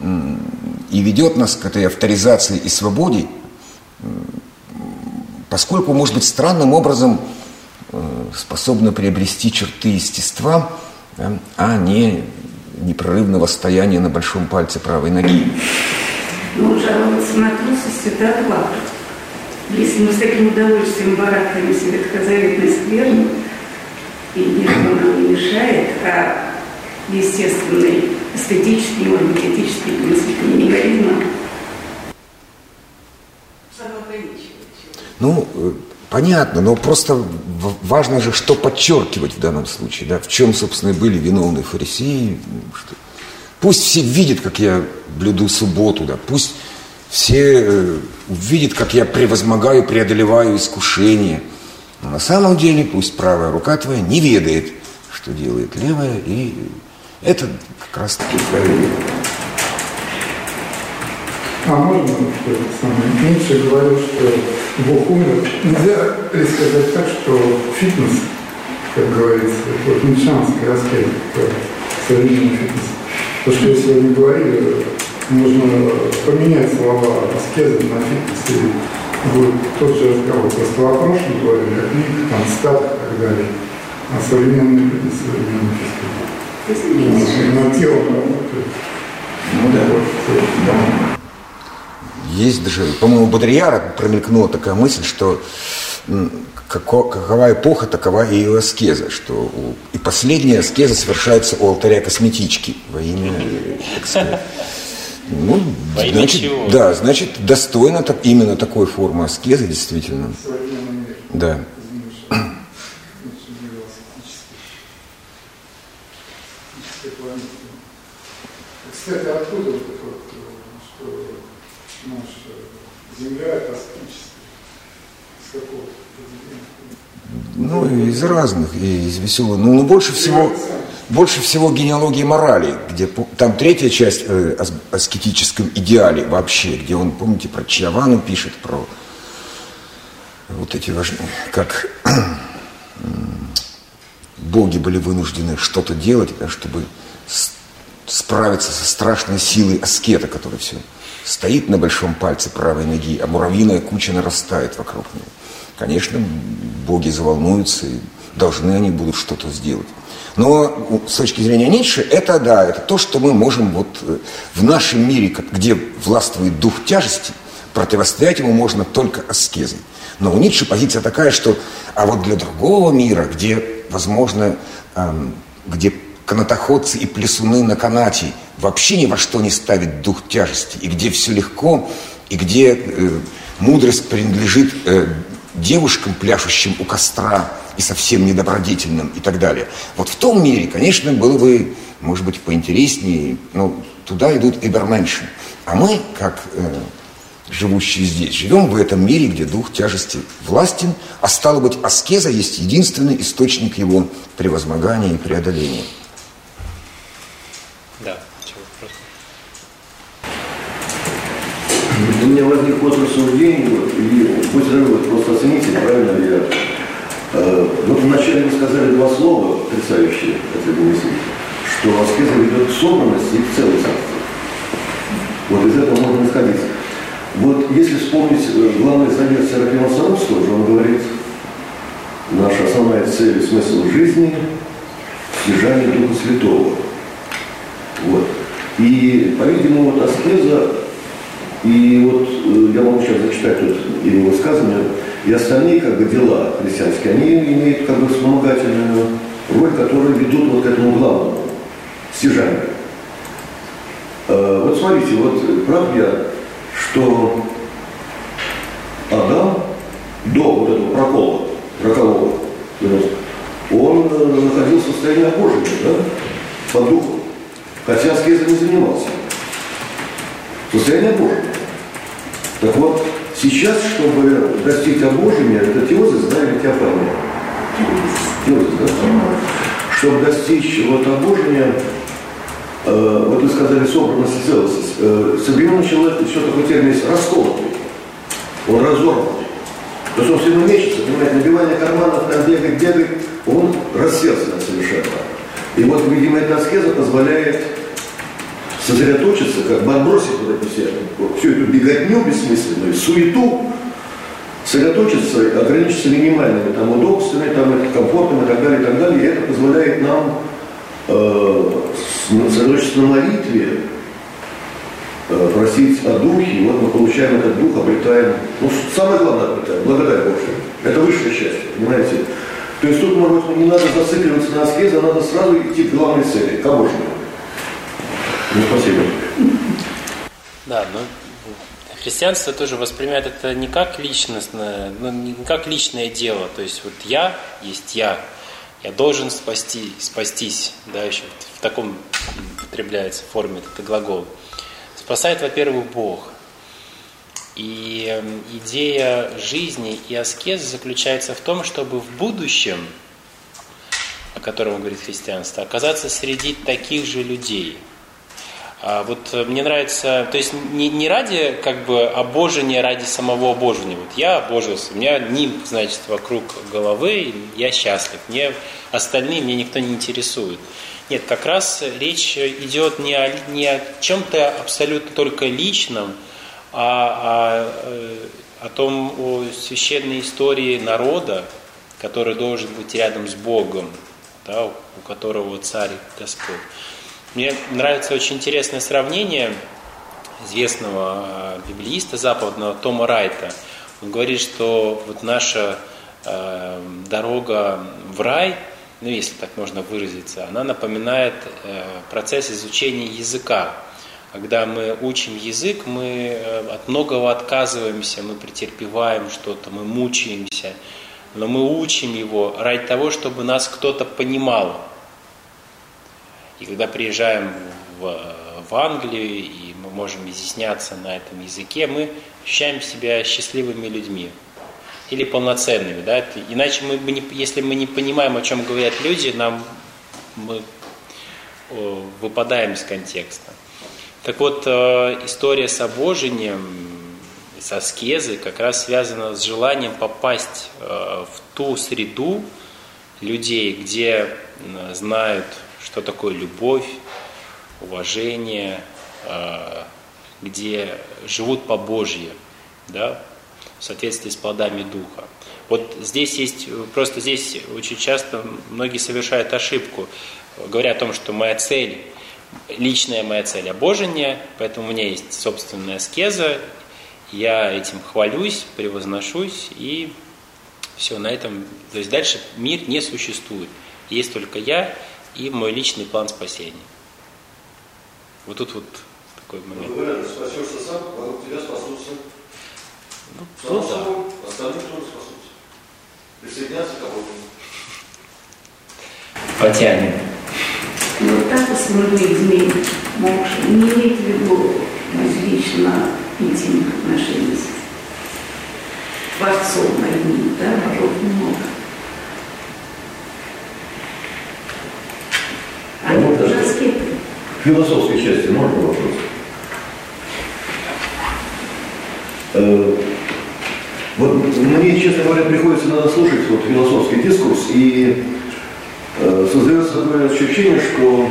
и ведет нас к этой авторизации и свободе, поскольку, может быть, странным образом способна приобрести черты естества, да, а не непрерывного стояния на большом пальце правой ноги. Ну, жаловаться на трусость – это отвага. Если мы с таким удовольствием барахтаемся в ветхозаветной скверне, и ничто нам не мешает, а естественный, эстетический, может быть, этический принцип минимализма самоограничивает. Ну, понятно, но просто важно же, что подчеркивать в данном случае, да, в чем, собственно, были виновны фарисеи. Что... Пусть все видят, как я блюду субботу, да, пусть все увидят, как я превозмогаю, преодолеваю искушение. Но на самом деле пусть правая рука твоя не ведает, что делает левая, и это как раз таки правильно. А можно, что самое? Ницше говорил, что Бог умер. Нельзя ли сказать так, что фитнес, как говорится, вот ницшанский аспект современный фитнес. То, что я сегодня говорили, нужно поменять слова аскеза на фитнес, и будет тот же разговор. Просто о прошлом говорили, о книгах, там, статах и так далее. А современный фитнес, современный фитнес. На тело работает. Ну да. Вот, да. Есть даже, по-моему, у Бодрияра промелькнула такая мысль, что какова эпоха, такова и ее аскеза, что и последняя аскеза совершается у алтаря косметички во имя, так сказать, ну, значит, да, значит, достойно именно такой формы аскезы, действительно. Да. Кстати, откуда вот это вот, что наша Земля это аскетическая? С какого-то Ну, из разных, и из веселого. Ну, больше всего генеалогии морали, где там третья часть о аскетическом идеале вообще, где он, помните, про Чиавану пишет, про вот эти важные, как боги были вынуждены что-то делать, да, чтобы справиться со страшной силой аскета, который все стоит на большом пальце правой ноги, а муравьиная куча нарастает вокруг него. Конечно, боги заволнуются, и должны они будут что-то сделать. Но с точки зрения Ницше, это да, это то, что мы можем вот в нашем мире, где властвует дух тяжести, противостоять ему можно только аскезой. Но у Ницше позиция такая, что а вот для другого мира, где, возможно, где канатоходцы и плясуны на канате вообще ни во что не ставят дух тяжести, и где все легко, и где мудрость принадлежит девушкам, пляшущим у костра, и совсем недобродетельным, и так далее. Вот в том мире, конечно, было бы, может быть, поинтереснее, но туда идут эберменши. А мы, как живущие здесь, живем в этом мире, где дух тяжести властен, а стало быть, аскеза есть единственный источник его превозмогания и преодоления. Да, чего вопрос? У меня возник вот рассуждение, и будь здоровы, просто оцените, правильно ли я. Вот вначале вы сказали два слова, отрицающие это мысль, что аскеза ведет к собранности и к целостности. Вот из этого можно исходить. Вот если вспомнить главный совет Серафима Саровского, он говорит, наша основная цель и смысл жизни – стяжание Духа Святого. Вот. И, по-видимому, вот аскеза, и вот я могу сейчас зачитать тут его высказывание, и остальные как бы дела христианские, они имеют как бы вспомогательную роль, которую ведут вот к этому главному стяжанию. Вот смотрите, вот прав я, что Адам до вот этого прокола, рокового, он находился в состоянии обожения, да, по духу, хотя аскезой не занимался. Состояние обожения. Так вот, сейчас, чтобы достичь обожения, это теозис, да, или теофания? Теозис, да? Чтобы достичь вот обожения, вот вы сказали собранность и целостность. Современный человек, еще такой термин есть, расколотый. Он разорванный. То есть он все равно мечется, понимаете, набивание карманов, там бегает, он рассеялся совершенно. И вот, видимо, эта аскеза позволяет сосредоточиться, как бы отбросить вот эту всю эту беготню бессмысленную, суету, сосредоточиться, ограничиться минимальными там удобствами, там, комфортом и так далее, и это позволяет нам сосредоточиться на молитве, просить о Духе, и вот мы получаем этот Дух, обретаем, ну, самое главное обретаем, благодать Божию. Это высшее счастье, понимаете? То есть тут, может быть, не надо зацикливаться на аскезе, а надо сразу идти к главной цели, к обожению. Ну, спасибо. Да, но христианство тоже воспринимает это не как личностное, не как личное дело. То есть вот я есть я должен спастись, да, еще в таком употребляется форме этот глагол. Спасает, во-первых, Бог. И идея жизни и аскезы заключается в том, чтобы в будущем, о котором говорит христианство, оказаться среди таких же людей. А вот мне нравится, то есть не ради как бы обожения, ради самого обожения. Вот я обожился, у меня нимб, значит, вокруг головы, я счастлив. Остальные мне никто не интересует. Нет, как раз речь идет не о чем-то абсолютно только личном, а о том, о священной истории народа, который должен быть рядом с Богом, да, у которого царь Господь. Мне нравится очень интересное сравнение. известного библеиста западного Тома Райта. Он говорит, что вот наша дорога в рай, ну если так можно выразиться, она напоминает процесс изучения языка. Когда мы учим язык, мы от многого отказываемся, мы претерпеваем что-то, мы мучаемся, но мы учим его ради того, чтобы нас кто-то понимал. И когда приезжаем в Англию, и мы можем изъясняться на этом языке, мы ощущаем себя счастливыми людьми или полноценными. Да? Иначе, если мы не понимаем, о чем говорят люди, мы выпадаем из контекста. Так вот, история с обожением, с аскезой как раз связана с желанием попасть в ту среду людей, где знают, что такое любовь, уважение, где живут по-божье, да, в соответствии с плодами Духа. Вот здесь здесь очень часто многие совершают ошибку, говоря о том, что моя цель, личная моя цель обожение, поэтому у меня есть собственная аскеза, я этим хвалюсь, превозношусь, и все, на этом, то есть дальше мир не существует. Есть только я и мой личный план спасения. Вот тут вот такой момент. Говорят, спасешься сам, вокруг тебя спасутся. Ну да. Остальные тоже спасутся. Присоединяться к кому-то. Потянем. Вот так с людьми можешь не иметь в виду лично интимных отношений с Творцом одним, да, вокруг много. Они тоже аскеты. В философской части можно вопрос? Вот мне, честно говоря, приходится иногда слушать философский дискурс, и создается такое ощущение, что,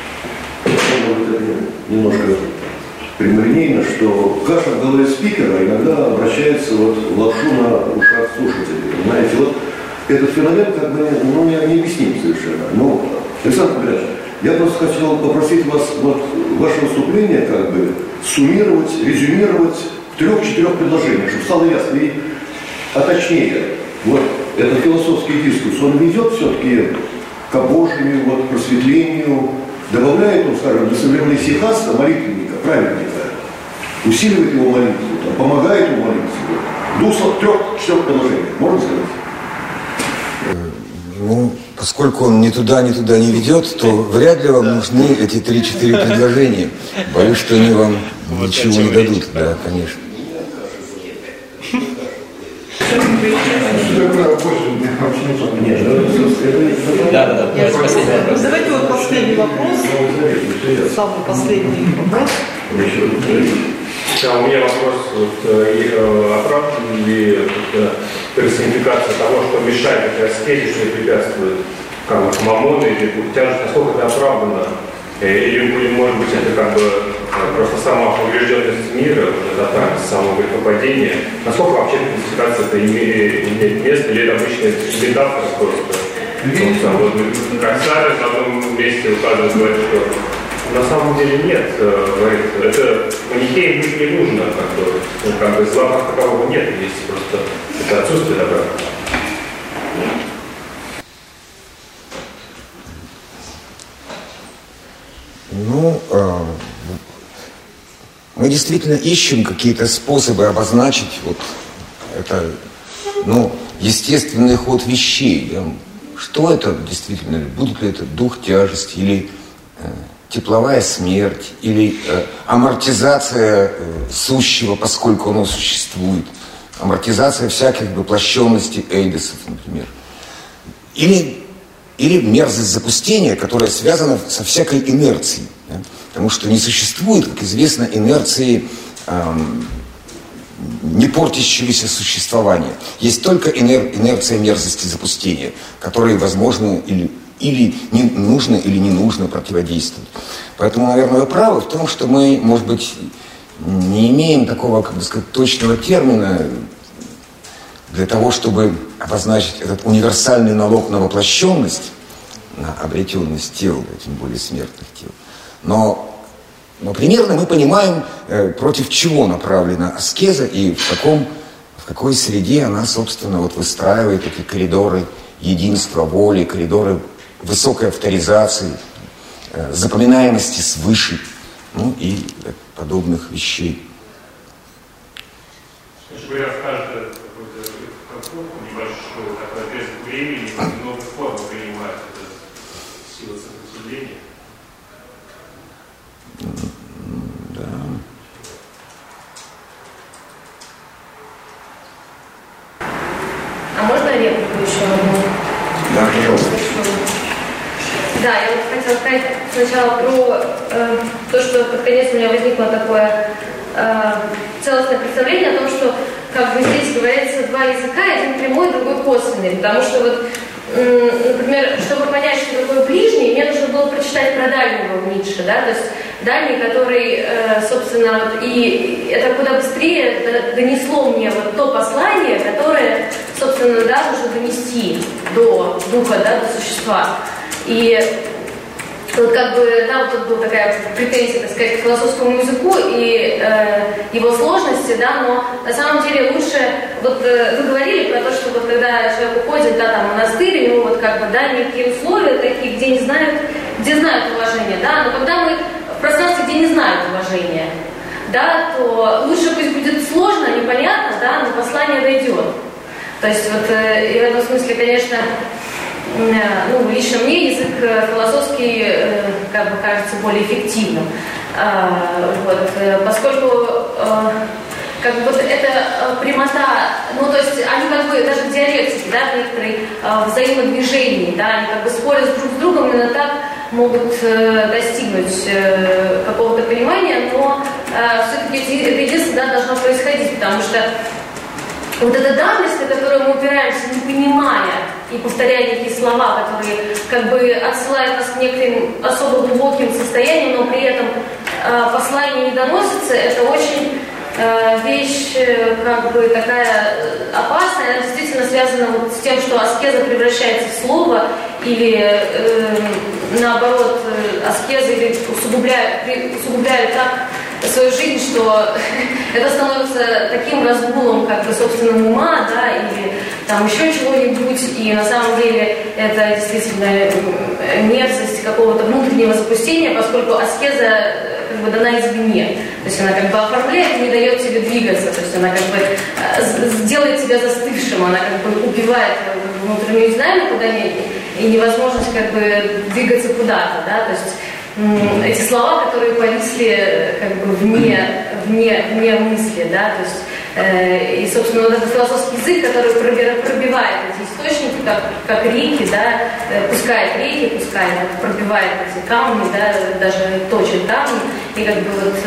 немножко прямолинейно, что каша в голове спикера иногда обращается в лапшу на ушах слушателей. Понимаете, вот этот феномен как бы необъясним совершенно. Но, Александр Павлович, я просто хотел попросить вас ваше выступление как бы суммировать, резюмировать в 3-4 предложениях, чтобы стало ясно. А точнее, этот философский дискурс, он ведет все-таки к обожению, к просветлению, добавляет, скажем, для современной сихаста, молитвенника, праведника, усиливает его молитву, помогает ему молиться. 2-3-4 предложениях, можно сказать? Поскольку он ни туда не ведет, то вряд ли вам нужны эти 3-4 предложения. Боюсь, что они вам ничего не дадут. Да, конечно. Да. Давайте последний вопрос. Самый последний вопрос. У меня вопрос, оправдан ли персонификация того, что мешает этой аскезе, что препятствует мамону или тяжесть, насколько это оправдано? Или может быть, это просто сама поврежденность мира, это само грехопадение? Насколько вообще персонификация это имеет место, или это обычная метафора просто? Как Сарис в одном месте указывает, говорит, что на самом деле нет, говорит, это манихеям быть не нужно, зла как такового нет, есть просто это отсутствие добра. Мы действительно ищем какие-то способы обозначить это, естественный ход вещей. Да? Что это действительно? Будут ли это дух тяжести или тепловая смерть, или амортизация сущего, поскольку оно существует, амортизация всяких воплощенностей эйдесов, например. Или мерзость запустения, которая связана со всякой инерцией. Да? Потому что не существует, как известно, инерции не портящегося существования. Есть только инерция мерзости запустения, которой возможно или не нужно, или не нужно противодействовать. Поэтому, наверное, вы правы в том, что мы, может быть, не имеем такого, точного термина для того, чтобы обозначить этот универсальный налог на воплощенность, на обретенность тел, тем более смертных тел. Но Но примерно мы понимаем, против чего направлена аскеза и в какой среде она, собственно, вот выстраивает эти коридоры единства воли, коридоры высокой авторизации, запоминаемости свыше, ну и подобных вещей. Если вы расскажете какую-то концовку небольшую, такой отрезок времени, много формы принимает эта сила сопротивления. Да. А можно реплику еще одну? Да, пожалуйста. Да, я вот хотела сказать сначала про то, что под конец у меня возникло такое целостное представление о том, что как бы здесь говорится два языка, один прямой, другой косвенный. Потому что вот, например, чтобы понять, что такое ближний, мне нужно было прочитать про дальнего в Ницше, да, то есть дальний, который, собственно, вот, и это куда быстрее донесло мне вот то послание, которое, собственно, да, нужно донести до духа, да, до существа. И вот как бы, да, вот тут была такая претензия, так сказать, к философскому языку и его сложности, да, но на самом деле лучше, вот вы говорили про то, что вот когда человек уходит, да, там, в монастырь, у него вот как бы, да, некие условия такие, где знают уважение, да, но когда мы в пространстве, где не знают уважения, да, то лучше пусть будет сложно, непонятно, да, но послание дойдет. То есть вот и в этом смысле, конечно, ну, лично мне язык философский, как бы, кажется более эффективным. Вот, поскольку как бы вот эта прямота, ну, то есть они как бы даже в диалектике, да, в некоторой взаимодвижении, да, они как бы спорят друг с другом, именно так могут достигнуть какого-то понимания, но все-таки это единственное, да, должно происходить, потому что вот эта давность, на которую мы упираемся, не понимая и повторяя некие слова, которые как бы отсылают нас к неким особо глубоким состояниям, но при этом послание не доносится, это очень вещь как бы такая опасная, она действительно связана вот с тем, что аскеза превращается в слово, или наоборот, аскеза или усугубляет так свою жизнь, что это становится таким разгулом как бы собственного ума, да, или там еще чего-нибудь, и на самом деле это действительно мерзость какого-то внутреннего запустения, поскольку аскеза как бы дана извне. То есть она как бы оформляет и не дает тебе двигаться, то есть она как бы делает тебя застывшим, она как бы убивает внутреннюю динамику, да, и невозможность как бы двигаться куда-то, да, то есть эти слова, которые повисли как бы вне мысли, да, то есть и, собственно, вот этот философский язык, который пробивает эти источники, как реки, да, пускает реки, пробивает эти камни, да, даже точит камни, и как бы вот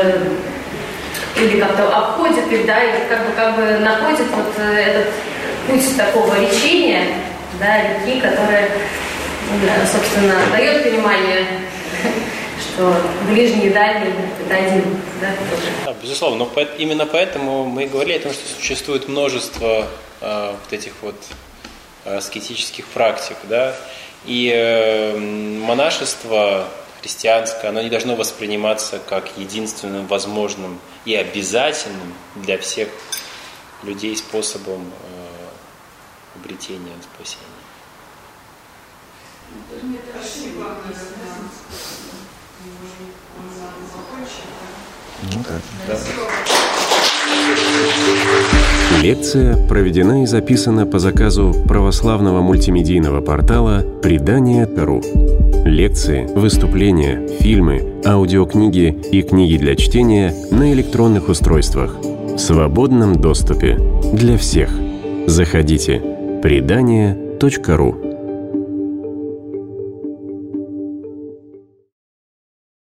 или как-то обходит их, да, и как бы находит вот этот путь такого речения, да, реки, которая, собственно, дает понимание, что ближний и дальний – это один. Да, безусловно, но именно поэтому мы и говорили о том, что существует множество вот этих вот аскетических практик, да, и монашество христианское, оно не должно восприниматься как единственным возможным и обязательным для всех людей способом обретения спасения. Лекция проведена и записана по заказу православного мультимедийного портала «Предание.ру». Лекции, выступления, фильмы, аудиокниги и книги для чтения на электронных устройствах в свободном доступе для всех. Заходите. Предание.ру